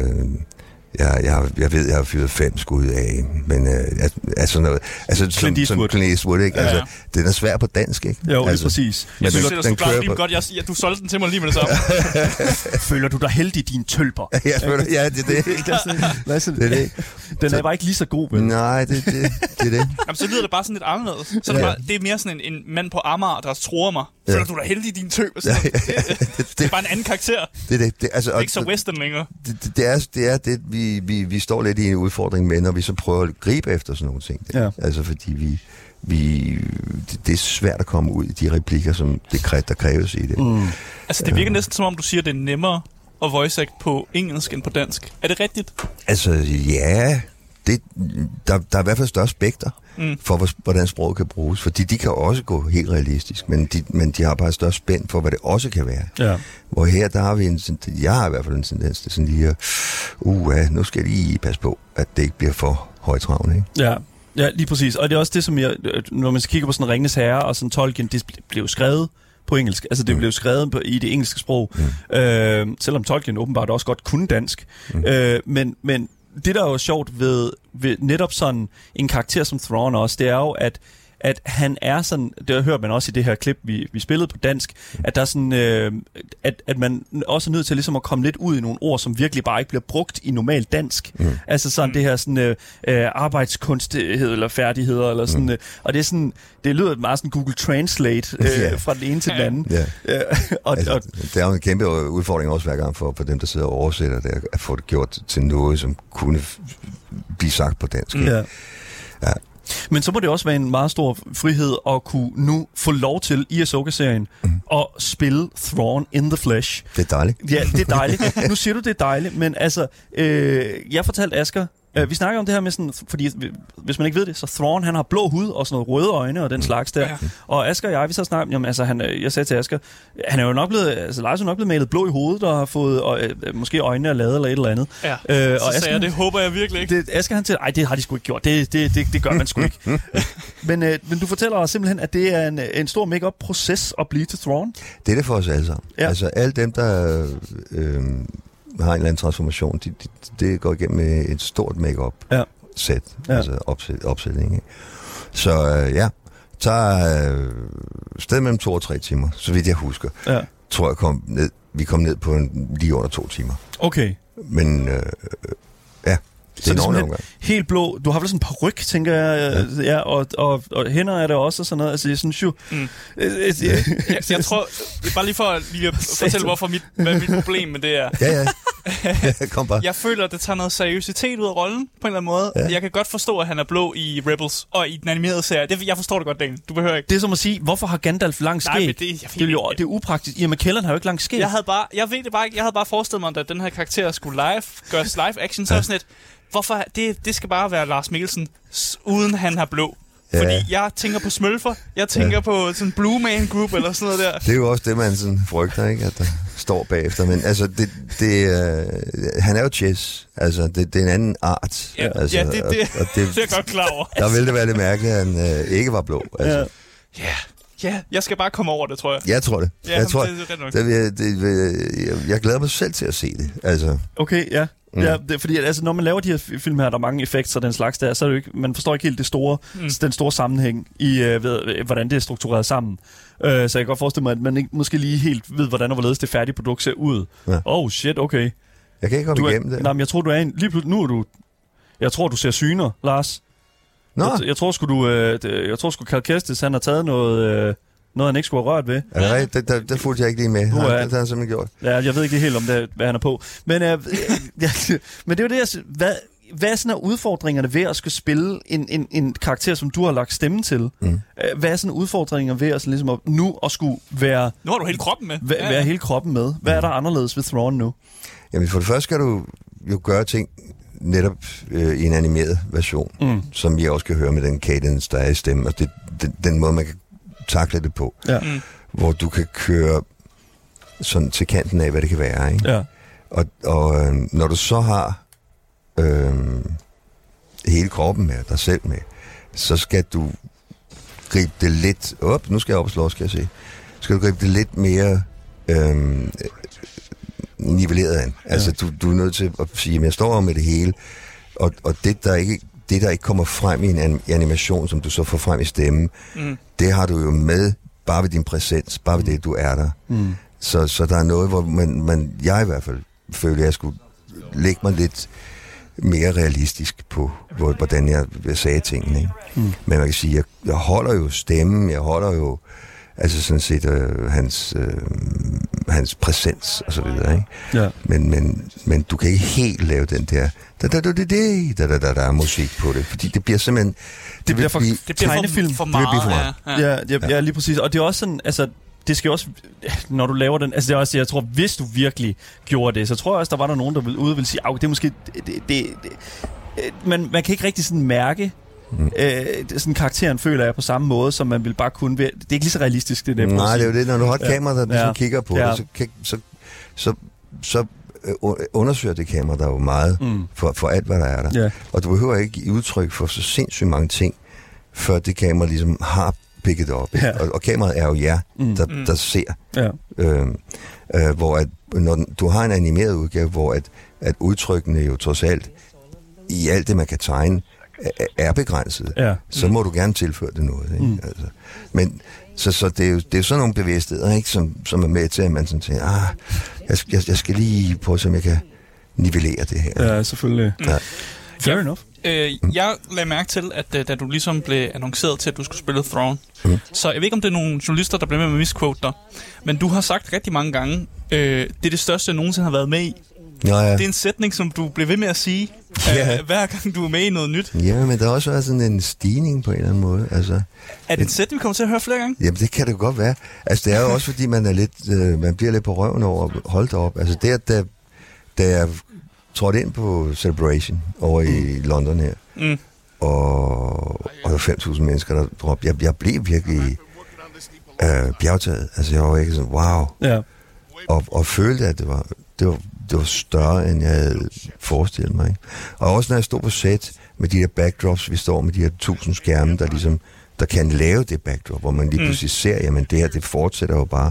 Jeg, jeg, jeg ved, jeg har fyret fem skud af, men øh, altså noget, altså som, Clint som Clint Eastwood, ikke? Altså, ja, ja. Den er svær på dansk, ikke? Jo, altså, præcis. Jeg synes, den, det er klart lige godt. Jeg, ja, du solgte den til mig lige med det samme. Føler du dig heldig, din tølper? Ja, føler, ja, det er det. det, er det. Den er bare ikke lige så god, vel? Nej, det, det, det er det. Jamen, så lyder det bare sådan lidt anderledes. Så ja. det, bare, det er mere sådan en, en mand på Amager, der tror mig. Føler ja. du dig heldig, din tølper? Ja, ja, det, det, det er bare en anden karakter. Det er det. Det, altså, det er ikke så western længere. Det, det, det, er, det er det, vi, vi, vi står lidt i en udfordring med, når vi så prøver at gribe efter sådan nogle ting. Ja. Altså, fordi vi... vi det, det er svært at komme ud i de replikker, som det, der kræves i det. Mm. Altså, det virker næsten som om, du siger, det er nemmere at voice act på engelsk end på dansk. Er det rigtigt? Altså, ja... Det, der, der er i hvert fald større spekter mm. for, hvordan sproget kan bruges. Fordi de kan også gå helt realistisk, men de, men de har bare større spænd for, hvad det også kan være. Ja. Hvor her, der har vi en... Jeg har i hvert fald en tendens til sådan lige at... Uh, ja, nu skal jeg lige passe på, at det ikke bliver for højtravende, ikke? Ja. Ja, lige præcis. Og det er også det, som jeg... Når man kigger på sådan Ringenes Herre og sådan Tolkien, det blev skrevet på engelsk. Altså, det mm. blev skrevet på, i det engelske sprog. Mm. Øh, selvom Tolkien åbenbart også godt kunne dansk. Mm. Øh, men... men det, der er jo sjovt ved, ved netop sådan en karakter som Thrawn også, det er jo, at, at han er sådan, det hører man også i det her klip, vi, vi spillede på dansk, at der er sådan, øh, at, at man også er nødt til ligesom at komme lidt ud i nogle ord, som virkelig bare ikke bliver brugt i normal dansk. Mm. Altså sådan mm. det her sådan øh, arbejdskunsthed eller færdigheder, eller sådan, mm. øh, og det er sådan, det lyder meget sådan Google Translate øh, yeah. fra den ene til den anden. Yeah. og, altså, og, det er jo en kæmpe udfordring også hver gang for, for dem, der sidder og oversætter det, at få det gjort til noget, som kunne blive sagt på dansk. Mm. Ja. Ja. Men så må det også være en meget stor frihed at kunne nu få lov til i Ahsoka-serien mm. at spille Thrawn in the flesh. Det er dejligt. Ja, det er dejligt. Nu siger du, det er dejligt, men altså, øh, jeg fortalte Asger, øh, vi snakker om det her med sådan, fordi hvis man ikke ved det, så Thrawn, han har blå hud og sådan noget røde øjne og den slags der. Ja. Og Asger og jeg, vi så snakker, jamen altså, han, jeg sagde til Asger, han er jo nok blevet, altså Lars er nok blevet malet blå i hovedet og har fået og, øh, måske øjnene er lavet eller et eller andet. Ja, øh, så og Asger, jeg, det håber jeg virkelig ikke. Det, Asger han til, ej, det har de sgu ikke gjort, det, det, det, det gør man sgu ikke. men, øh, men du fortæller os simpelthen, at det er en, en stor make-up-proces at blive til Thrawn. Det er det for os alle sammen. Ja. Altså alle dem, der... Øh, har en eller anden transformation, det de, de går igennem med et stort make-up-sæt, ja. altså opsæt, opsætning. Ikke? Så øh, ja, tager øh, sted mellem to og tre timer, så vidt jeg husker. Ja. Tror jeg, kom ned, vi kom ned på en, lige under to timer. Okay. Men øh, ja, det så er en ordentlig omgang. Helt blå. Du har vel sådan en paryk, tænker jeg, ja, ja og, og, og hænder er der også og sådan noget. Altså, jeg synes jo... Mm. jeg, jeg, jeg tror... Bare lige for lige at fortælle, hvorfor mit, hvad mit problem med det er. Ja, ja. Kom bare. Jeg føler, at det tager noget seriøsitet ud af rollen, på en eller anden måde. Ja. Jeg kan godt forstå, at han er blå i Rebels og i den animerede serie. Det, jeg forstår det godt, Daniel. Du behøver ikke. Det er som at sige, hvorfor har Gandalf lang skæg? Nej, men det, jeg det, er jo, det er upraktisk. Ian McKellen har jo ikke lang skæg. Jeg havde bare... Jeg ved det bare ikke. Jeg havde bare forestillet mig, at den her karakter skulle live, gøres live action, så ja. Sådan et... Hvorfor? Det, det skal bare være Lars Mikkelsen, uden han har blå. Ja. Fordi jeg tænker på smølfer, jeg tænker ja. På sådan Blue Man Group eller sådan noget der. Det er jo også det, man sådan frygter, ikke? At der står bagefter. Men altså, det, det, øh, han er jo chess. Altså, det, det er en anden art. Ja, altså, ja det, det, og, og det, det er jeg godt klar over. Der ville det være lidt mærkeligt, at han øh, ikke var blå. Altså. Ja. Ja. Ja, jeg skal bare komme over det, tror jeg. Jeg tror det. Ja, jeg, tror, det, det, det, det, det, det, jeg, jeg glæder mig selv til at se det. Altså. Okay, ja. Mm. Ja, det, fordi altså, når man laver de her film her, der er mange effekter og den slags der, så er det jo ikke, man forstår ikke helt det store, mm. den store sammenhæng i, øh, ved, hvordan det er struktureret sammen. Øh, så jeg kan godt forestille mig, at man ikke måske lige helt ved, hvordan og hvorledes det færdige produkt ser ud. Ja. Oh shit, okay. Jeg kan ikke komme du igennem er, det. Nej, men jeg tror, du er en... Lige pludselig, nu er du... Jeg tror, du ser syner, Lars. Nå. Jeg, jeg tror sgu, du... Øh, jeg tror sgu, Cal Kestis, han har taget noget... Øh, noget, han ikke skulle have rørt ved. Er det rigtigt? Det, der, der fulgte jeg ikke lige med. Nej, det har han simpelthen gjort. Ja, jeg ved ikke helt om det, hvad han er på. Men, øh, ja, men det er jo det, jeg, hvad, hvad er sådan er udfordringerne ved at skulle spille en, en, en karakter, som du har lagt stemme til? Mm. Hvad er sådan udfordringer ved at, ligesom at nu at skulle være... Nu har du hele kroppen med. Være, være hele kroppen med. Hvad er der anderledes ved Thrawn nu? Jamen for det første skal du jo gøre ting netop øh, i en animeret version, mm. som vi også kan høre med den cadence, der er i stemmen. Og det, den, den måde, man kan takle det på. Ja. Mm. Hvor du kan køre sådan til kanten af, hvad det kan være, ikke? Ja. Og, og øh, når du så har øh, hele kroppen med, dig selv med, så skal du gribe det lidt op. Nu skal jeg op og slå, skal jeg se. Skal du gribe det lidt mere øh, nivelleret an. Ja. Altså, du, du er nødt til at sige, at jeg står med det hele, og, og det, der ikke, det, der ikke kommer frem i en animation, som du så får frem i stemmen, mm. det har du jo med bare ved din præsens, bare ved det, du er der. Mm. Så, så der er noget, hvor man, man, jeg i hvert fald føler, at jeg skulle lægge mig lidt mere realistisk på, hvordan jeg, jeg sagde tingene. Ikke? Mm. Men man kan sige, jeg, jeg holder jo stemmen, jeg holder jo altså sådan set øh, hans, øh, hans præsens og så videre, ikke? Ja. Men, men, men du kan ikke helt lave den der da da da da da da da da musik på det, fordi det bliver simpelthen det, det bliver for, det bliver tegnefilm for, for meget. Det bliver for meget. Ja, ja, ja, ja, ja, lige præcis. Og det er også sådan, altså det skal også, når du laver den, altså det er også, jeg tror, hvis du virkelig gjorde det, så tror jeg også, der var der nogen, der ville, ude ville sige, at det er måske, det, det, det, man, man kan ikke rigtig sådan mærke, mm. øh, sådan karakteren føler jeg på samme måde, som man vil bare kunne, det er ikke lige så realistisk, det der. Nej, det er jo det, når du har et kamera, der ligesom ja. kigger på ja. det, så, så, så, så, så undersøger det kamera der jo meget mm. for, for alt, hvad der er der. Ja. Og du behøver ikke give udtryk for så sindssygt mange ting, før det kamera ligesom har picket op. Ja. Og, og kameraet er jo jer, mm. der, der ser. Ja. Øhm, øh, hvor at, når den, du har en animeret udgave, hvor at, at udtrykkene jo trods alt, i alt det, man kan tegne, er, er begrænset, ja. så mm. må du gerne tilføre det noget. Ikke? Mm. Altså, men så, så det, er jo, det er sådan nogle bevidstheder, ikke? Som, som er med til, at man sådan siger, ah, jeg, jeg, jeg skal lige prøve, om jeg kan nivellere det her. Ja, selvfølgelig. Mm. Ja. Fair enough. Øh, jeg lagde mærke til, at uh, da du ligesom blev annonceret til, at du skulle spille Thrawn, mm. så jeg ved ikke, om det er nogle journalister, der blev med med at misquote dig, men du har sagt rigtig mange gange, øh, det er det største, jeg nogensinde har været med i. Ja, ja. Det er en sætning, som du bliver ved med at sige, ja. øh, hver gang du er med i noget nyt. Ja, men der har også været sådan en stigning på en eller anden måde. Altså, er det en sætning, vi kommer til at høre flere gange? Jamen, det kan det godt være. Altså, det er jo også, fordi man er lidt, øh, man bliver lidt på røven over at holde det op. Altså, det at da, da jeg trådte ind på Celebration over mm. i London her, mm. og, og der var fem tusind mennesker, der dropte. Jeg, jeg blev virkelig øh, bjergtaget. Altså, jeg var ikke sådan, wow. Ja. Og, og følte, at det var, det var det var større, end jeg havde forestillet mig. Ikke? Og også når jeg stod på set med de her backdrops, vi står med de her tusind skærme, der ligesom, der kan lave det backdrop, hvor man lige pludselig mm. ser, jamen det her, det fortsætter jo bare.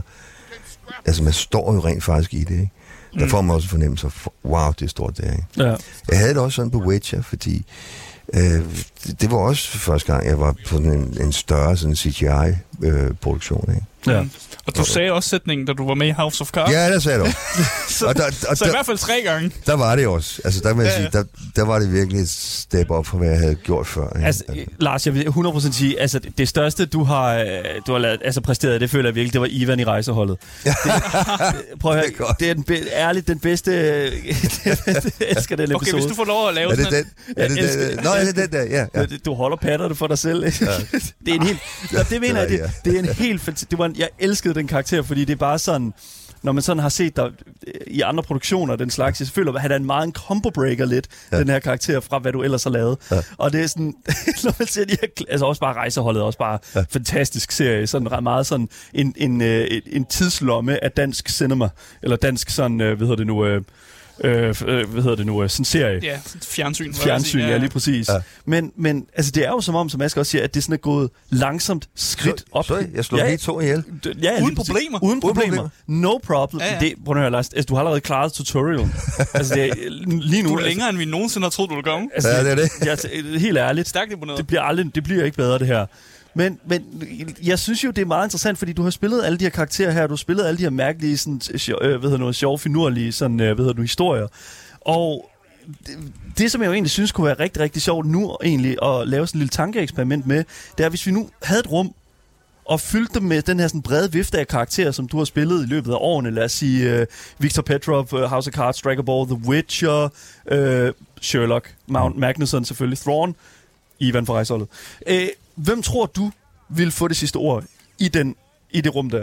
Altså man står jo rent faktisk i det, ikke? Der mm. får man også fornemmelse af, wow, det er stort der, ikke? Ja. Jeg havde det også sådan på Witcher, fordi øh, det, det var også første gang, jeg var på en, en større sådan C G I-produktion, øh, ikke? Ja. Og du sagde også sætningen, da du var med i House of Cards. Ja, det sagde du. så, og der, og så der, i hvert fald tre gange. Der var det også. Altså, der, må jeg ja, sige, der, der var det virkelig et step op fra, hvad jeg havde gjort før. Ja. Altså, altså, Lars, jeg vil hundrede procent sige, altså, det største, du har, du har lavet, altså, præsteret, det føler jeg virkelig, det var Ivan i rejseholdet. Det, prøv at høre, det er den be- ærligt den bedste, jeg elsker den episode. Okay, hvis du får lov at lave er det sådan den? Er det den? Nå, er det den der? Ja, ja. Du holder patterne for dig selv, ikke? Ja. Det er en helt, det mener jeg, det, det er en helt fantastisk, det var en, jeg elskede den karakter, fordi det er bare sådan, når man sådan har set dig i andre produktioner den slags, jeg føler, at han er en meget en combo breaker lidt, ja. Den her karakter fra, hvad du ellers har lavet. Ja. Og det er sådan, når man ser de her, altså også bare Rejseholdet, også bare ja. Fantastisk serie, sådan meget sådan en, en, en, en tidslomme af dansk cinema, eller dansk sådan, hvad hedder det nu, øh, Øh, hvad hedder det nu, sådan serie. Ja, fjernsyn. Fjernsyn, ja, lige præcis. Ja. Men, men altså, det er jo som om, som Asger også siger, at det sådan er gået langsomt skridt op. Sorry, jeg slår ja, lige to ihjel. Ja, uden problemer. Uden problemer. No problem. Ja, ja. Det, prøv at høre, Lars, altså, du har allerede klaret tutorial. Altså, det er, lige nu, du er længere, altså, end vi nogensinde har troet, du ville komme. Altså, ja, det er det. Jeg, jeg, helt ærligt. Stærkt imponeret. Det bliver, aldrig, det bliver ikke bedre, det her. Men, men jeg synes jo, det er meget interessant, fordi du har spillet alle de her karakterer her, du har spillet alle de her mærkelige, sådan, øh, hvad hedder nu, sjove, finurlige sådan, øh, hvad hedder nu, historier. Og det, det, som jeg jo egentlig synes kunne være rigtig, rigtig sjovt nu egentlig at lave sådan en lille tankeeksperiment med, det er, hvis vi nu havde et rum og fyldte dem med den her sådan brede vifte af karakterer, som du har spillet i løbet af årene. Lad os sige uh, Victor Petrov, uh, House of Cards, Dragon Ball, The Witcher, uh, Sherlock, Mount Magnuson selvfølgelig, Thrawn, Ivan fra Rejseholdet. Uh, hvem tror du vil få det sidste ord i, den, i det rum der?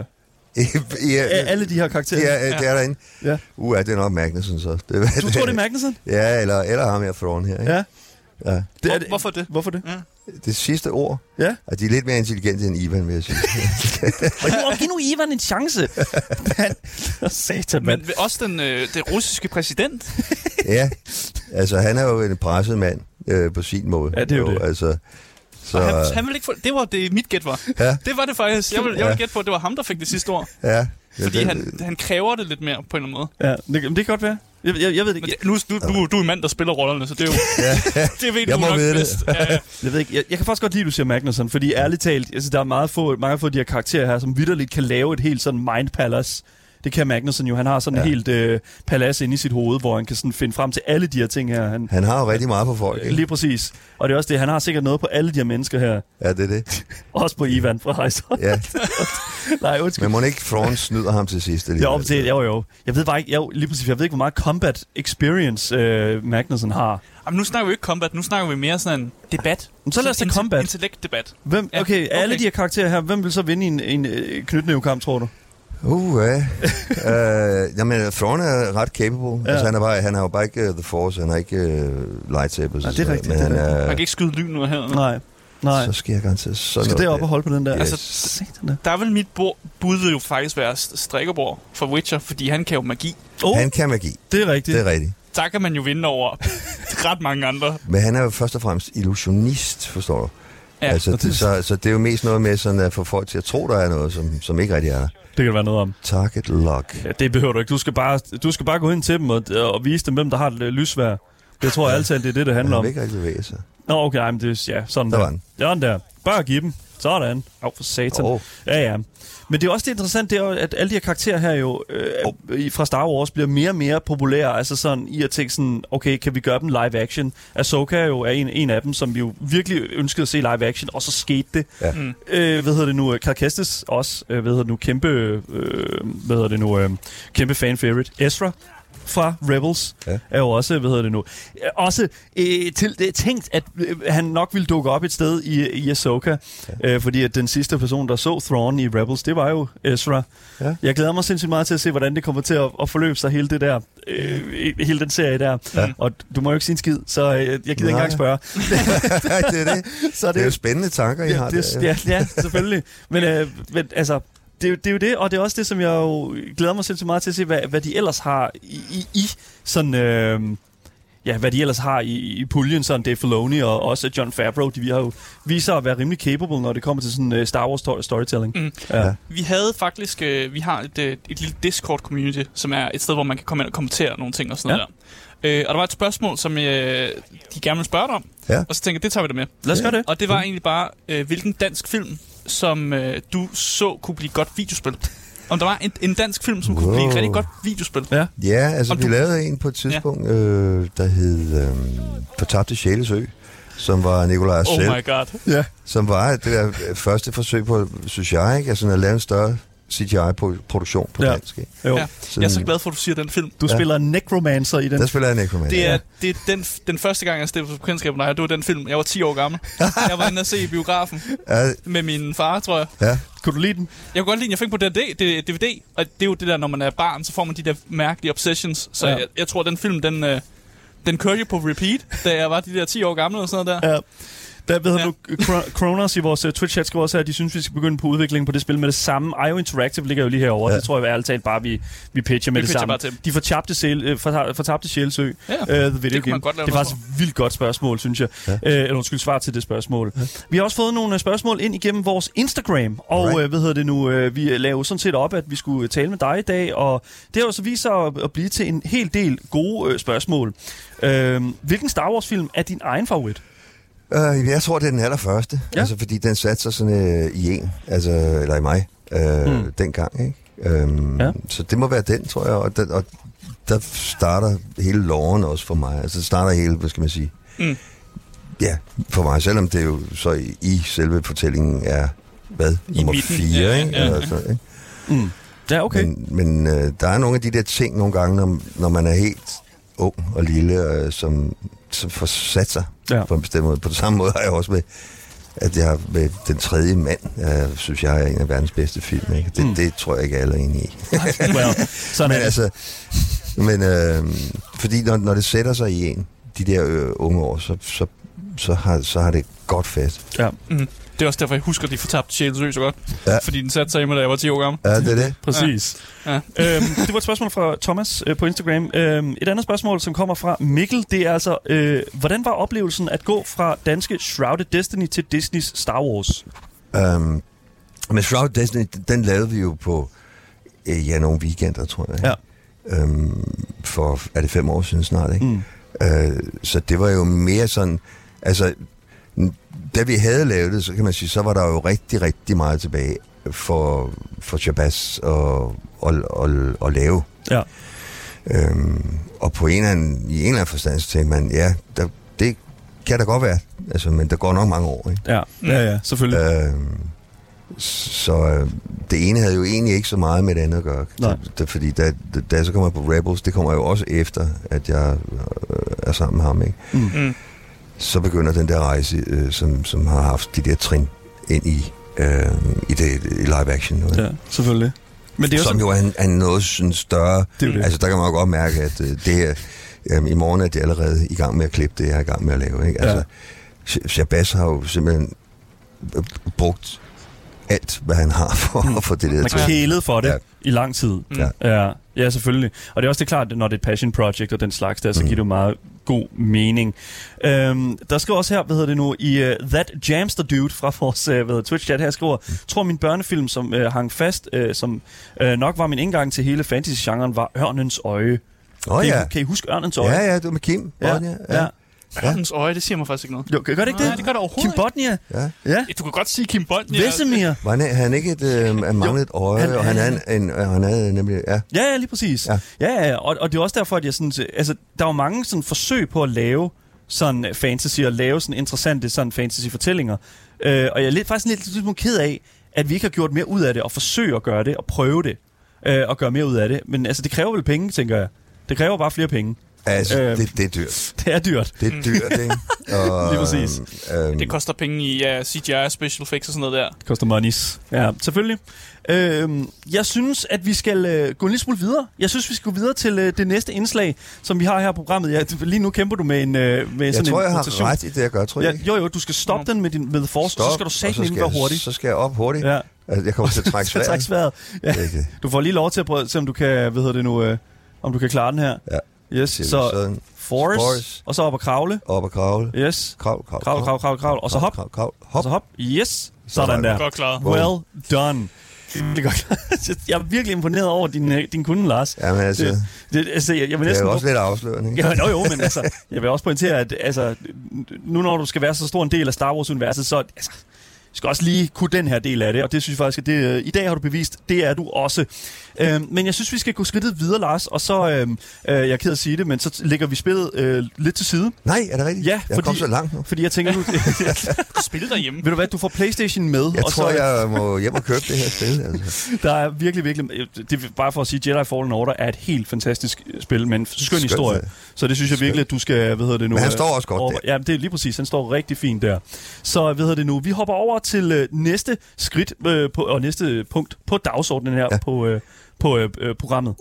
Ja, alle de her karakterer. Ja, det er derinde. Ja. Uh, det er nok Magnuson så. Det, du det, tror, det er Magnuson? Ja, eller, eller ham her Thrawn her. Ikke? Ja. Ja. Det Hvor, det. Hvorfor det? Hvorfor det? Ja. Det sidste ord. Ja. At de er lidt mere intelligente end Ivan, vil jeg sige. Og giv nu Ivan en chance. Han, Satan, mand. Men også den, øh, den russiske præsident. Ja, altså han er jo en presset mand øh, på sin måde. Ja, det er jo det. Altså, så... han, han vil ikke få, det var det, mit gæt var. Ja. Det var det faktisk. Jeg vil, jeg vil gætte på, at det var ham, der fik det sidste ord. Ja. Fordi det, han, han kræver det lidt mere på en eller anden måde. Ja, det, det kan godt være. Jeg, jeg, jeg ved det ikke. Men det, nu, du, du, du er en mand, der spiller rollerne, så det er jo... ja. det ved jeg du nok bedst. Ja, ja. Jeg ved ikke. Jeg, jeg kan faktisk godt lide, at du siger Magnussen, fordi ærligt talt, altså, der er meget få, mange få de her karakterer her, som vitterligt kan lave et helt sådan mind palace. Det kan Magnussen jo. Han har sådan ja. en helt øh, palads inde i sit hoved, hvor han kan sådan finde frem til alle de her ting her. Han, han har jo rigtig meget på folk, ikke? Lige præcis. Og det er også det, han har sikkert noget på alle de her mennesker her. Ja, det er det. Også på Ivan fra Heisel. Ja. Nej, undskyld. Men må ikke Thrawn snyder ham til sidst? Jo, det, jo, jo. Jeg ved bare ikke, jo, lige præcis, jeg ved ikke, hvor meget combat experience øh, Magnussen har. Jamen, nu snakker vi ikke combat, nu snakker vi mere sådan en debat. Så lad os tage combat. Intellekt-debat. Hvem, okay, okay, alle de her karakterer her, hvem vil så vinde i en, en, en knytnævekamp, tror du? Uh, ja. uh, jamen, Thrawn er ret capable. Ja. Altså, han, er bare, han har jo bare ikke uh, The Force, han har ikke uh, lightsabers. Ja, det er rigtigt. Men det er han, rigtigt. er, han kan ikke skyde lyn ud her. Nej. Nej. Så skal jeg garanteret sådan skal det op og holde på den der? Yes. Altså, der vil mit bord, bud vil jo faktisk være strikkerbord for Witcher, fordi han kan jo magi. Oh, han kan magi. Det er rigtigt. Det er rigtigt. Der kan man jo vinde over ret mange andre. Men han er jo først og fremmest illusionist, forstår du? Ja. Altså, det, så, så det er jo mest noget med sådan at få folk til at tro, der er noget, som, som ikke rigtig er der. Det kan der være noget om. Target lock. Ja, det behøver du ikke. Du skal bare, du skal bare gå hen til dem og, og vise dem, hvem der har et lysvær. Jeg tror altid, det er det, det handler om. Han vil ikke rigtig bevæge sig. Nå, okay, nej, men det er ja, sådan der. der. Var den. Sådan der. Bare give dem. Sådan. Åh, for satan. Oh. Ja, ja. Men det er også det interessante, det er jo, at alle de her karakterer her jo øh, oh. fra Star Wars bliver mere og mere populære. Altså sådan i at tænke sådan, okay, kan vi gøre dem live action? Ahsoka jo er en, en af dem, som vi jo virkelig ønskede at se live action, og så skete det. Ja. Mm. Øh, hvad hedder det nu? Cal Kestis også. Øh, hvad hedder det nu? Kæmpe, øh, hvad hedder det nu? Øh, kæmpe fan favorite. Ezra fra Rebels ja. er jo også, hvad hedder det nu, også øh, til, det, tænkt, at øh, han nok ville dukke op et sted i, i Ahsoka, ja. øh, fordi at den sidste person, der så Thrawn i Rebels, det var jo Ezra. Ja. Jeg glæder mig sindssygt meget til at se, hvordan det kommer til at, at forløbe sig, hele det der, øh, hele den serie der. Ja. Og du må jo ikke sige en skid, så øh, jeg gider ikke engang spørge. det er det. Så det, det er jo spændende tanker, I ja, har det, der. Ja, ja, selvfølgelig. Men, øh, men altså, Det er, det er jo det, og det er også det, som jeg jo glæder mig sindssygt meget til at se, hvad, hvad de ellers har i, i, i sådan, øh, ja, hvad de ellers har i, i puljen, sådan Dave Filoni og også Jon Favreau, de vi har jo viser at være rimelig capable, når det kommer til sådan uh, Star Wars story- storytelling. Mm. Ja. Vi havde faktisk, øh, vi har et, et, et lille Discord-community, som er et sted, hvor man kan komme ind og kommentere nogle ting og sådan ja. noget der. Øh, og der var et spørgsmål, som øh, de gerne ville spørge dig om, ja. og så tænkte jeg, det tager vi da med. Lad os gøre det. Og det var egentlig bare, øh, hvilken dansk film, som øh, du så kunne blive godt videospil. Om der var en, en dansk film, som wow. kunne blive et rigtig godt videospil. Ja, ja altså Om vi du... lavede en på et tidspunkt, ja. øh, der hed øh, Fortabte Sjælesø, som var Nikolaj Arcel. Oh my god. Ja. Som var det der første forsøg på, synes jeg, ikke? Altså at lave en større C G I-produktion på ja. dansk. Ikke? Jo. Ja. Jeg er så glad for, at du siger den film. Du ja. spiller Necromancer i den. Der spiller jeg Necromancer. Det er, ja. det er den, den første gang, jeg stod på bekendtskab med dig, det var den film. Jeg var ti år gammel. Jeg var inde og se i biografen ja. med min far, tror jeg. Ja. Kunne du lide den? Jeg kunne godt lide den. Jeg fik på D V D, og det er jo det der, når man er barn, så får man de der mærkelige obsessions. Så ja. jeg, jeg tror, den film, den, øh, den kørte jo på repeat, da jeg var de der ti år gammel og sådan noget der. Ja. Der ved ja. du, Kronos i vores uh, Twitch-chat skriver også her, at de synes, vi skal begynde på udviklingen på det spil med det samme. I O Interactive ligger jo lige herovre. Ja. Det tror jeg ærligt talt bare, vi, vi pitcher med vi det pitcher samme. De fortabte, sjæl, uh, fortabte sjælsø. Ja. Uh, the video det, game. Det er faktisk et vildt godt spørgsmål, synes jeg. Ja. Uh, eller undskyld, svar til det spørgsmål. Ja. Vi har også fået nogle spørgsmål ind igennem vores Instagram. Og right. uh, hvad hedder det nu? Uh, vi lavede sådan set op, at vi skulle tale med dig i dag. Og det har jo så vist sig at, at blive til en hel del gode uh, spørgsmål. Uh, hvilken Star Wars-film er din egen favorit? Uh, jeg tror, det er den allerførste. Ja. Altså, fordi den satte sig sådan uh, i en, altså, eller i mig, uh, mm. dengang, ikke? Um, ja. Så det må være den, tror jeg. Og, den, og der starter hele loven også for mig. Altså, det starter hele, hvad skal man sige? Mm. Ja, for mig, selvom det jo så i, i selve fortællingen er, hvad? I nummer midten. fire, ja, ikke? Ja, ja. Altså, ikke? Mm. Ja, okay. Men, men uh, der er nogle af de der ting nogle gange, når, når man er helt ung og lille, uh, som, som får sat sig ja. på en bestemt måde. På den samme måde har jeg også med, at jeg med Den tredje mand, jeg synes jeg er en af verdens bedste film. Ikke? Det, mm. det tror jeg ikke alle er enige i. well, sådan men altså, men øh, fordi når, når det sætter sig i en, de der øh, unge år, så, så, så, har, så har det godt fast. Ja. Mm. Det er også derfor, jeg husker, de fortabte Sjælsø så godt. Ja. Fordi den satte sig i mig, da jeg var ti år gammel. Ja, det er det. Præcis. Ja. Ja. øhm, det var et spørgsmål fra Thomas øh, på Instagram. Øhm, et andet spørgsmål, som kommer fra Mikkel, det er altså, øh, hvordan var oplevelsen at gå fra danske Shrouded Destiny til Disneys Star Wars? Um, men Shrouded Destiny, den lavede vi jo på øh, ja, nogle weekender, tror jeg. Ja. Um, for, er det fem år siden snart, ikke? Mm. Uh, så det var jo mere sådan, altså, da vi havde lavet det, så kan man sige, så var der jo rigtig, rigtig meget tilbage for, for Shabazz og, og, og, og lave. Ja. Um, og på en eller anden, i en eller anden forstand, så tænkte man, ja, der, det kan da godt være, altså, men der går nok mange år, ikke? Ja, ja, ja, selvfølgelig. Uh, så uh, det ene havde jo egentlig ikke så meget med det andet at gøre. Nej. Det, fordi da, da, da jeg så kommer på Rebels, det kommer jo også efter, at jeg uh, er sammen med ham, ikke? Mm. Mm. Så begynder den der rejse, øh, som, som har haft de der trin ind i, øh, i det i live action. Ikke? Ja, selvfølgelig. Men det er jo som sådan, jo er, en, er noget sådan større. Det er det. Altså, der kan man jo godt mærke, at øh, det her, øh, i morgen er det allerede i gang med at klippe det, jeg er i gang med at lave. Ikke? Altså, ja. Shabazz har jo simpelthen brugt alt, hvad han har for mm. at få det der man til. har kælet for det Ja. i lang tid. Ja. Ja, ja, selvfølgelig. Og det er også det klart, at når det er et passion project og den slags der, så Mm. giver det jo meget god mening. Øhm, der skriver også her, hvad hedder det nu, i uh, That Jamster Dude fra vores uh, Twitch-chat her, skriver, mm. tror min børnefilm, som uh, hang fast, uh, som uh, nok var min indgang til hele fantasy-genren, var Ørnens Øje. Åh kan, ja. I, kan I huske Ørnens Øje? Ja, ja, det var med Kim. Ja, Bodnia. ja. Ja. Ørnens Øje, det siger mig faktisk ikke noget. Jo, gør det ikke Nej, det? det gør det overhovedet Kim ikke. Bodnia? Ja. Ja. Du kan godt sige Kim Bodnia. Vesemir? Var han, han ikke et, øh, han manglede et øje, han- og han han- havde en, en, han havde nemlig, ja. Ja, ja, lige præcis. Ja, Ja. ja, ja. Og, og det er også derfor, at jeg sådan, altså, der er jo mange sådan forsøg på at lave sådan fantasy, og lave sådan interessante sådan fantasy-fortællinger. Øh, og jeg er lidt, faktisk lidt, lidt ked af, at vi ikke har gjort mere ud af det, og forsøge at gøre det, og prøve det, øh, og gøre mere ud af det. Men altså, det kræver vel penge, tænker jeg. Det kræver bare flere penge. Altså, Øhm. det, det er dyrt. Det er dyrt. Det er dyrt, ikke? Og, Lige præcis. Øhm, Det koster penge i ja, C G I, special effects og sådan noget der. Det koster monies. Ja, selvfølgelig. Øhm, jeg synes, at vi skal øh, gå en lille smule videre. Jeg synes, vi skal gå videre til øh, det næste indslag, som vi har her på programmet. Ja, lige nu kæmper du med en øh, med jeg sådan tror, en jeg har rotation. ret i det, jeg gør, tror jeg Ja, ikke? jo, jo, du skal stoppe den med din med force, Stop, så skal du og satme så ikke skal være jeg- hurtig. Så skal jeg op hurtigt. Ja. Altså, jeg kommer til at trække Så træk sværet. sværet. Ja. Det er det. Du får lige lov til at prøve, se om du kan, hvad hedder det nu, øh, om du kan klare den her. Ja. Yes, Siger vi så sådan. force, Force. og så op og kravle. Op og kravle. Yes. Krav, krav, Kravl, kravl, kravl, kravl, og så hop. Krav, krav, Og hop. så hop. Yes. Sådan Sådan. der. Godt klaret. Well done. Det er godt. Jeg er virkelig imponeret over din, øh, din kunde, Lars. Jamen altså, Det, det, altså, jeg, jeg vil det er næsten... jo også lidt afslørende, ikke? Ja, jo, jo, men altså, jeg vil også pointere, at altså, nu når du skal være så stor en del af Star Wars-universet, så altså, du skal også lige kunne den her del af det, og det synes jeg faktisk, at det, øh, i dag har du bevist, det er du også. Øhm, men jeg synes, vi skal gå skridtet videre, Lars, og så, øhm, øh, jeg er ked at sige det, men så lægger vi spillet øh, lidt til side. Nej, er det rigtigt? Ja, jeg fordi- kom så langt nu. Fordi jeg tænker nu... Spil derhjemme. Ved du hvad, du får PlayStation med. Jeg og tror, så, jeg må hjem og købe det her spil. Altså. Der er virkelig, virkelig... Det er bare for at sige, Jedi Fallen Order er et helt fantastisk spil, men skøn Skønt, historie. ja. Så det synes jeg virkelig, at du skal... Hvad hedder det nu? Men han øh, står også godt over, der. Ja, det er lige præcis. Han står rigtig fint der. Så hvad hedder det nu? Vi hopper over til øh, næste skridt øh, på, og næste punkt på dagsordenen her Ja. på, øh, på øh, øh, programmet.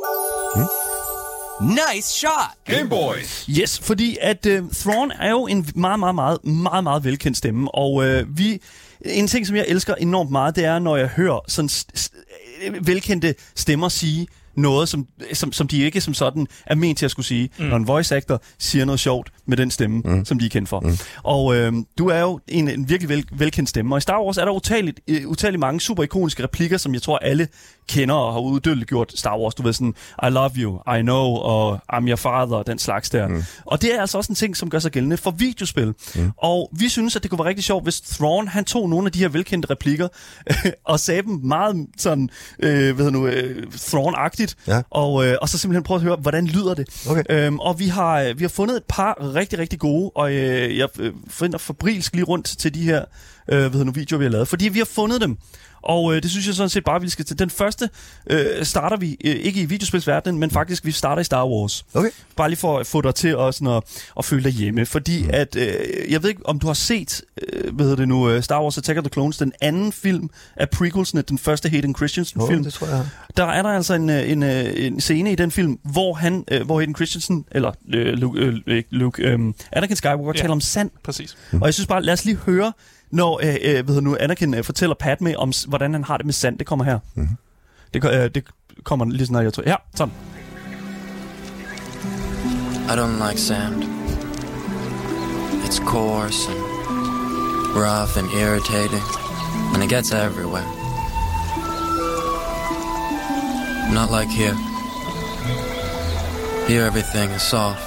Nice shot! Game Boys. Yes, fordi at øh, Thrawn er jo en meget, meget, meget, meget, meget velkendt stemme, og øh, vi... En ting, som jeg elsker enormt meget, det er, når jeg hører sådan st- st- velkendte stemmer sige noget, som, som, som de ikke som sådan er ment til at skulle sige. Mm. Når en voice actor siger noget sjovt med den stemme, mm. som de er kendt for. Mm. Og øh, du er jo en, en virkelig vel, velkendt stemme, og i Star Wars er der utalligt, uh, utalligt mange super ikoniske replikker, som jeg tror alle kender og har uddødeligt gjort Star Wars. Du ved sådan, I love you, I know, og I'm your father, og den slags der. Mm. Og det er altså også en ting, som gør sig gældende for videospil. Mm. Og vi synes, at det kunne være rigtig sjovt, hvis Thrawn, han tog nogle af de her velkendte replikker, og sagde dem meget sådan, øh, hvad nu, øh, Thrawn-agtigt, Ja. og, øh, og så simpelthen prøve at høre, hvordan lyder det. Okay. Øhm, og vi har, øh, vi har fundet et par rigtig, rigtig gode, og øh, jeg øh, finder fabrilsk lige rundt til de her øh, hvad hedder nu, videoer, vi har lavet, fordi vi har fundet dem. Og øh, det synes jeg sådan set bare, vi skal til. Den første øh, starter vi øh, ikke i videospilsverdenen, men faktisk vi starter i Star Wars. Okay. Bare lige for at få dig til at, sådan at, at føle dig hjemme. Fordi mm. at, øh, jeg ved ikke, om du har set, øh, hvad hedder det nu, Star Wars Attack of the Clones, den anden film af prequelsene, den første Hayden Christensen-film. Oh, det tror jeg, jeg har. Der er der altså en, en, en scene i den film, hvor han, øh, hvor Hayden Christensen, eller øh, Luke, øh, Luke øh, Anakin Skywalker, Ja. taler om sand. Præcis. Og jeg synes bare, lad os lige høre når øh, øh, ved du nu, Anakin øh, fortæller Padme om, hvordan han har det med sand. Det kommer her. Mm-hmm. Det, øh, det kommer lige sådan, jeg tror. Ja, sådan. I don't like sand. It's coarse and rough and irritating, and it gets everywhere. Not like here. Here everything is soft.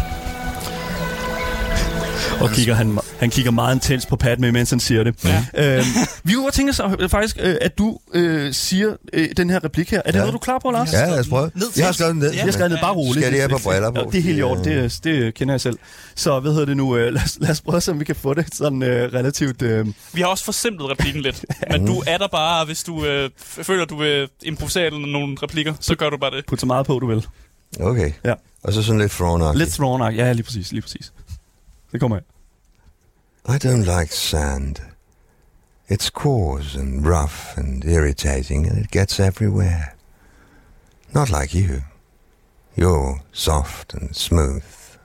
Og kigger han, han kigger meget intens på Padme, mens han siger det. Ja. Øhm, vi kunne godt tænke os øh, faktisk, øh, at du øh, siger øh, den her replik her. Er det ja. noget, du er klar på, Lars? Ja, lad os prøve. Jeg har skrevet den ned. Jeg har skrevet ned, bare roligt. Skal jeg have på briller på? Ja, det er helt i orden, det, det kender jeg selv. Så hvad hedder det nu? Øh, lad, os, lad os prøve, så vi kan få det sådan øh, relativt... Øh... Vi har også forsimplet replikken lidt, men du er der bare, hvis du øh, føler, du vil improvisere nogle replikker, så gør du bare det. Put så meget på, du vil. Okay. Ja. Og så sådan lidt Thrawn-agtigt. Lidt Thrawn-agtigt, ja, lige præcis, lige præcis. Det kommer her. I don't like sand. It's coarse and rough and irritating, and it gets everywhere. Not like you. You're soft and smooth.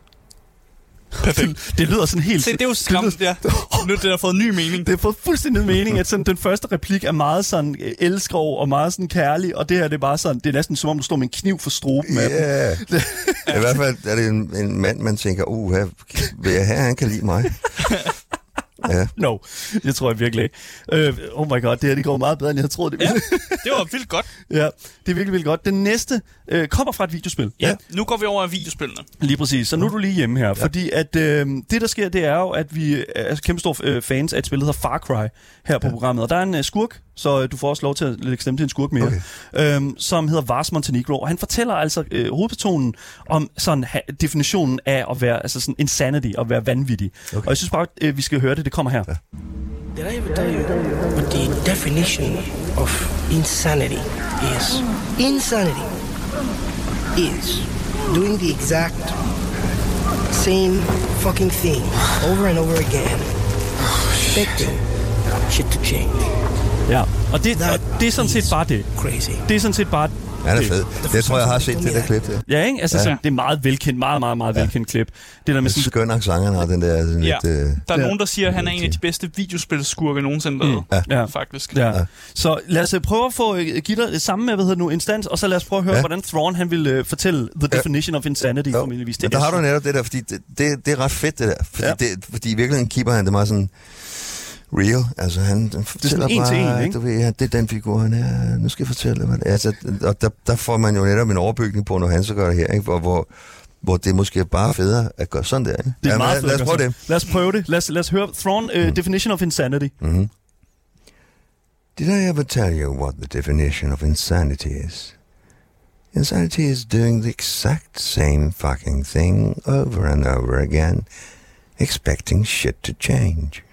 Perfekt. Det lyder sådan helt... Se, det er jo skræmt, ja. Nu det har fået ny mening. Det har fået fuldstændig mening, at sådan, den første replik er meget sådan elskrov og meget sådan kærlig, og det her det er bare sådan, det er næsten som om du står med en kniv for struben af yeah. dem. I hvert fald er det en, en mand, man tænker, uh, her, vil jeg have, han kan lide mig. Ja. No, det tror jeg virkelig ikke. Uh, oh my god, det her det går meget bedre, end jeg havde troet, det ville. Ja, det var vildt godt. Ja, det er virkelig, virkelig godt. Den næste uh, kommer fra et videospil. Ja, nu går vi over af videospillene. Lige præcis, så nu er du lige hjemme her. Ja. Fordi at uh, det, der sker, det er jo, at vi er kæmpe store uh, fans af et spil, der hedder Far Cry, her på ja. programmet. Og der er en uh, skurk, så uh, du får også lov til at lægge stemme til en skurk mere, okay. um, som hedder Vars Montenegro. Og han fortæller altså uh, hovedpersonen om sådan ha- definitionen af at være altså sådan insanity, at være vanvittig. Okay. Og jeg synes bare, uh, vi skal høre det. Det kommer her. Ja. Did I ever tell you what the definition of insanity is? Insanity is doing the exact same fucking thing over and over again, expecting shit to change. Ja, og det, og det er sådan set bare det. Crazy. Det er sådan set bare Ja, det er fedt. Det tror jeg, jeg har set det der klip der. Ja, ikke? Altså, ja. Sådan, det er meget velkendt, meget, meget, meget ja. velkendt klip. Det der med sådan... Skøn accent, han har den der... Sådan ja. lidt, øh... Der er ja. nogen, der siger, at han er en af de bedste videospilskurke nogensinde. Mm. Ja. ja. Faktisk. Ja. Ja. Så lad os prøve at få give dig det samme med, hvad hedder nu, instans, og så lad os prøve at høre, ja. hvordan Thrawn, han vil uh, fortælle the definition ja. of insanity, jo. formiddelvis. Men der har du netop det der, fordi det, det, det er ret fedt, det der. Fordi, ja. det, fordi i virkeligheden keeper han det meget sådan... real, altså han fortæller det er sådan bare, en til en, du ved, ja, det er den figur, han er, nu skal jeg fortælle, hvad det er. Altså, og der, der får man jo netop en overbygning på, når han så gør det her, ikke? Hvor, hvor, hvor det måske er bare federe at gøre sådan der, ikke? Det er ja, meget lad, lad os prøve det. Lad os prøve det. Lad os, lad os høre Thrawn, uh, mm. definition of insanity. Mm-hmm. Did I ever tell you what the definition of insanity is? Insanity is doing the exact same fucking thing over and over again, expecting shit to change.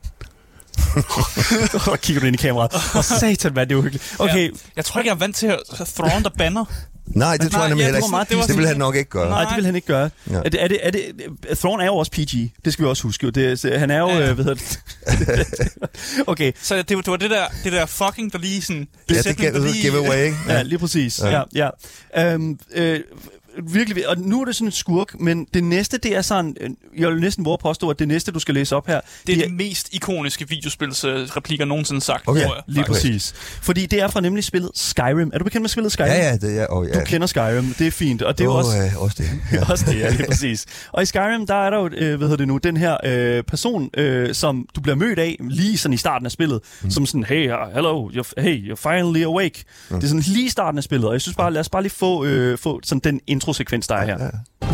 Og kigger du ind i kameraet. Åh, satan, hvad det er uhyggeligt. Okay. Ja, jeg tror ikke, jeg er vant til at Thrawn, der banner. Nej, det tror jeg nemlig ja, heller ikke. Det, det, det vil han nok ikke gøre. Nej, det vil han ikke gøre. Ja. Er det, er det, er det, Thrawn er jo også P G. Det skal vi også huske. Det, han er jo... Ja. Øh, hvad hedder det? Okay. Så det, det var det der, det der fucking, der lige sådan... Ja, det gav lige... giveaway, ikke? Ja, lige præcis. Ja, ja. ja. Um, øh, virkelig, og nu er det sådan en skurk, men det næste, det er sådan, jeg vil næsten våge påstå, at det næste, du skal læse op her... Det er det, det mest ikoniske videospilsreplikker nogensinde sagt, okay. tror jeg. Lige okay. præcis. Fordi det er fra nemlig spillet Skyrim. Er du bekendt med spillet Skyrim? Ja, ja. Det er, oh, ja. Du kender Skyrim, det er fint, og det er oh, også... Ja, også det. Ja. også det, ja, lige præcis. Og i Skyrim, der er der jo, øh, hvad hedder det nu, den her øh, person, øh, som du bliver mødt af, lige sådan i starten af spillet, mm. som sådan, hey, hello, you're, hey, you're finally awake. Mm. Det er sådan lige i starten af spillet, og jeg synes bare, lad os bare lige få, øh, få sådan den introsekvens, der er her. Ja.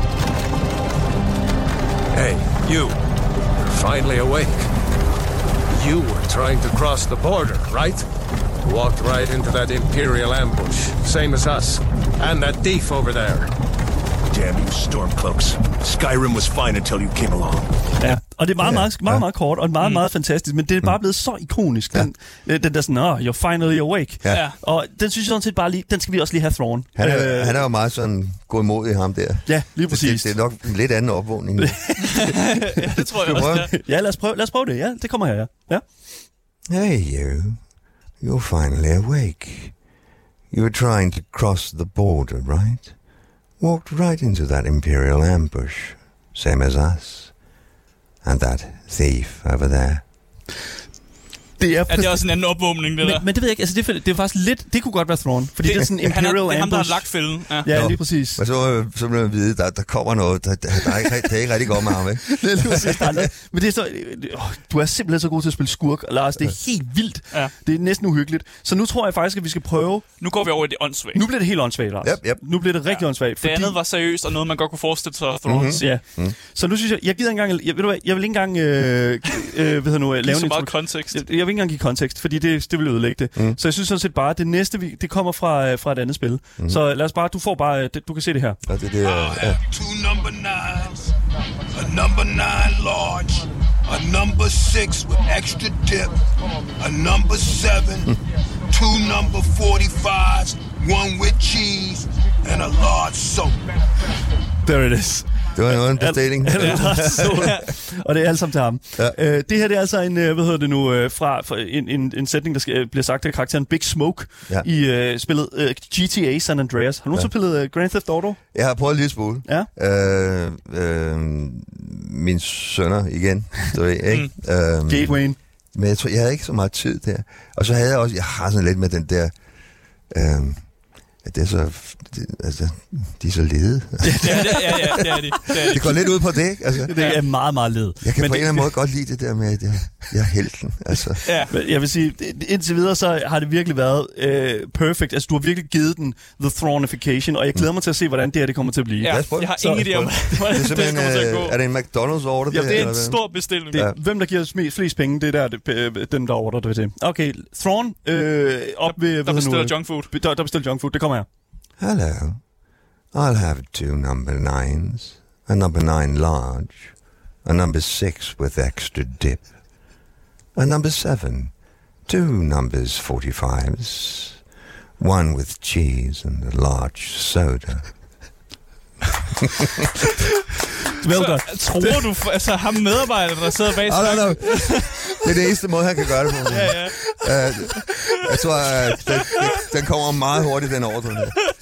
Hey, you. You're finally awake. You were trying to cross the border, right? Walked right into that Imperial ambush, same as us. And that thief over there. Damn you, Stormcloaks. Skyrim was fine until you came along. Ja, og det er meget, meget, meget, meget kort, og meget, mm. meget fantastisk, men det er bare blevet så ikonisk, den, ja. den der sådan, oh, you're finally awake. Ja. Og den synes jeg sådan set bare lige, den skal vi også lige have Thrawn. Han er, øh, han er jo meget sådan gået imod i ham der. Ja, lige præcis. Det, det er nok en lidt anden opvågning. Ja, det tror jeg også, ja. ja, lad os prøve, lad os prøve det, ja, det kommer her, ja. ja. Hey you, you're finally awake. You were trying to cross the border, right? Walked right into that Imperial ambush, same as us. And that thief over there. Det er, er det også en anden opvågning, det men, der? Men det ved jeg ikke. Altså, det, det er faktisk lidt... Det kunne godt være Thrawn. Fordi det, det er sådan en Imperial han er, ambush. Det er ham, der har lagt fælden. Ja, ja lige præcis. Men så, så vil man vide, der, der kommer noget. Der, der, der, er ikke, det er ikke rigtig godt med ham, ikke? Det er lige præcis. Der er noget. Men det er så... Øh, du er simpelthen så god til at spille skurk, Lars. Det er helt vildt. Ja. Det er næsten uhyggeligt. Så nu tror jeg faktisk, at vi skal prøve... Nu går vi over i det åndssvagt. Nu bliver det helt åndssvagt, Lars. Yep, yep. Nu bliver det rigtig ja. åndssvagt. Fordi... Det andet var seriøst, og noget, man godt kunne forestille sig Thrones. Mm-hmm. Ja. Mm. Så nu synes jeg... Jeg gider engang... Jeg, ved du hvad, jeg vil ikke engang... Øh, øh, hvad nu, lave så meget kontekst. Jeg, jeg vil ikke engang give kontekst, fordi det, det vil ødelægge det. Mm. Så jeg synes sådan set bare, at det næste, vi, det kommer fra, fra et andet spil. Mm. Så lad os bare... Du får bare... Du kan se det her. Ja, det, det er... Ja. Two number nines. A number nine large. A number six with extra dip. A number seven. Two number forty-fives. One with cheese. And a large soda. There it is. Det var en bestilling. Og det er alt sammen til ham. Ja. Øh, det her det er altså en, hvad hedder det nu, fra, fra en, en, en sætning, der skal, bliver sagt af karakteren Big Smoke ja. i uh, spillet uh, G T A San Andreas. Har du nogensinde ja. spillet uh, Grand Theft Auto? Jeg har prøvet lidt smule. Ja. Øh, øh, mine sønner igen, du ved, ikke? Mm. Øhm, Gateway. Men jeg tror, jeg havde ikke så meget tid der. Og så havde jeg også, jeg har sådan lidt med den der... Øh, Ja, det er så... Det, altså, de er så lede. Ja, ja, ja, ja, det er de. Det, er de. Det går lidt ud på det, ikke? Altså, det er meget, meget led. Jeg kan men på det, en eller anden måde godt lide det der med, at jeg, jeg er helten. Altså. Ja. Jeg vil sige, indtil videre, så har det virkelig været øh, perfect. Altså, du har virkelig givet den the thronification, og jeg glæder mig til at se, hvordan det her det kommer til at blive. Ja, jeg har ingen idé om, hvordan det, det kommer til at gå. Er det en McDonald's order? Ja, det, det er en stor bestilling. Det, ja. Hvem der giver os flest penge, det er der, det, dem, der ordrer det til. Okay, Thrawn øh, op ved... Der, der bestiller junk food. Der, der bestiller junk food, det kommer her. Hello, I'll have two number nines, a number nine large, a number six with extra dip, a number seven, two numbers forty-fives, one with cheese and a large soda. Så, tror du, altså ham medarbejder, der sidder bag sig? No, no, no. Det er det eneste måde, han kan gøre det på. Ja, ja. Uh, jeg tror, at den, den kommer meget hurtigt, den ordre.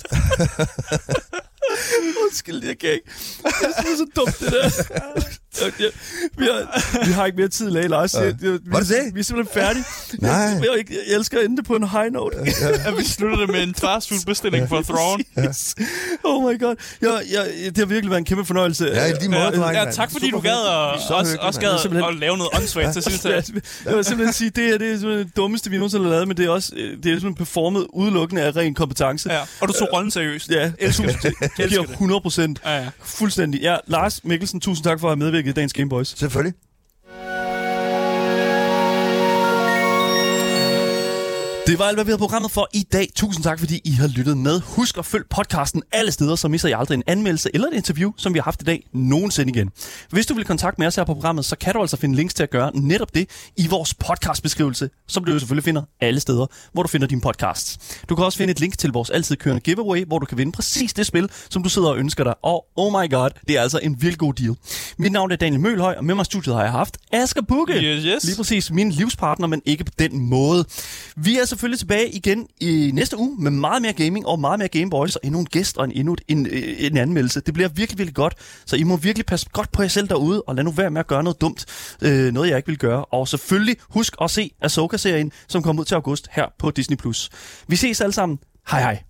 Undskyld, jeg kan ikke. Det er så dumt, det der. Ja, vi, har, vi har ikke mere tid, Lars. Ja. Vi, Var det det? Vi er simpelthen færdige. Nej. Jeg, jeg, jeg elsker at ende det på en high note. Ja. At vi slutter det med en fast food bestilling ja. for Thrawn. Ja. Oh my god. Jeg, jeg, det har virkelig været en kæmpe fornøjelse. Ja, i de måde, ja, ja, tak fordi Super du gad at, også, også gad at lave noget åndssvagt til sidst. Jeg vil simpelthen sige, det her det er det dummeste, vi nogensinde har lavet, men det er også det er simpelthen performet udelukkende af ren kompetence. Ja. Og du tog rollen seriøst. Ja, elsker det. Jeg giver hundrede procent. Ja, ja. Fuldstændig. Ja, Lars Mikkelsen, tusind tak for at have medvirket i dagens Game Boys. Selvfølgelig. Det var alt, hvad vi havde programmet for i dag. Tusind tak, fordi I har lyttet med. Husk at følge podcasten alle steder, så misser I aldrig en anmeldelse eller et interview, som vi har haft i dag, nogensinde igen. Hvis du vil kontakte med os her på programmet, så kan du altså finde links til at gøre netop det i vores podcastbeskrivelse, som du jo selvfølgelig finder alle steder, hvor du finder dine podcasts. Du kan også finde et link til vores altid kørende giveaway, hvor du kan vinde præcis det spil, som du sidder og ønsker dig. Og oh my god, det er altså en virkelig god deal. Mit navn er Daniel Mølhøj, og med mig i studiet har jeg haft Asger Bukke. Yes, yes. Lige præcis min livspartner, men ikke på den måde. Vi er selvfølgelig tilbage igen i næste uge med meget mere gaming og meget mere Game Boys og endnu en gæst og en, endnu en, en anmeldelse. Det bliver virkelig, virkelig godt, så I må virkelig passe godt på jer selv derude og lad nu være med at gøre noget dumt. Øh, noget, jeg ikke vil gøre. Og selvfølgelig husk at se Ahsoka-serien, som kommer ud til august her på Disney plus. Vi ses alle sammen. Hej hej.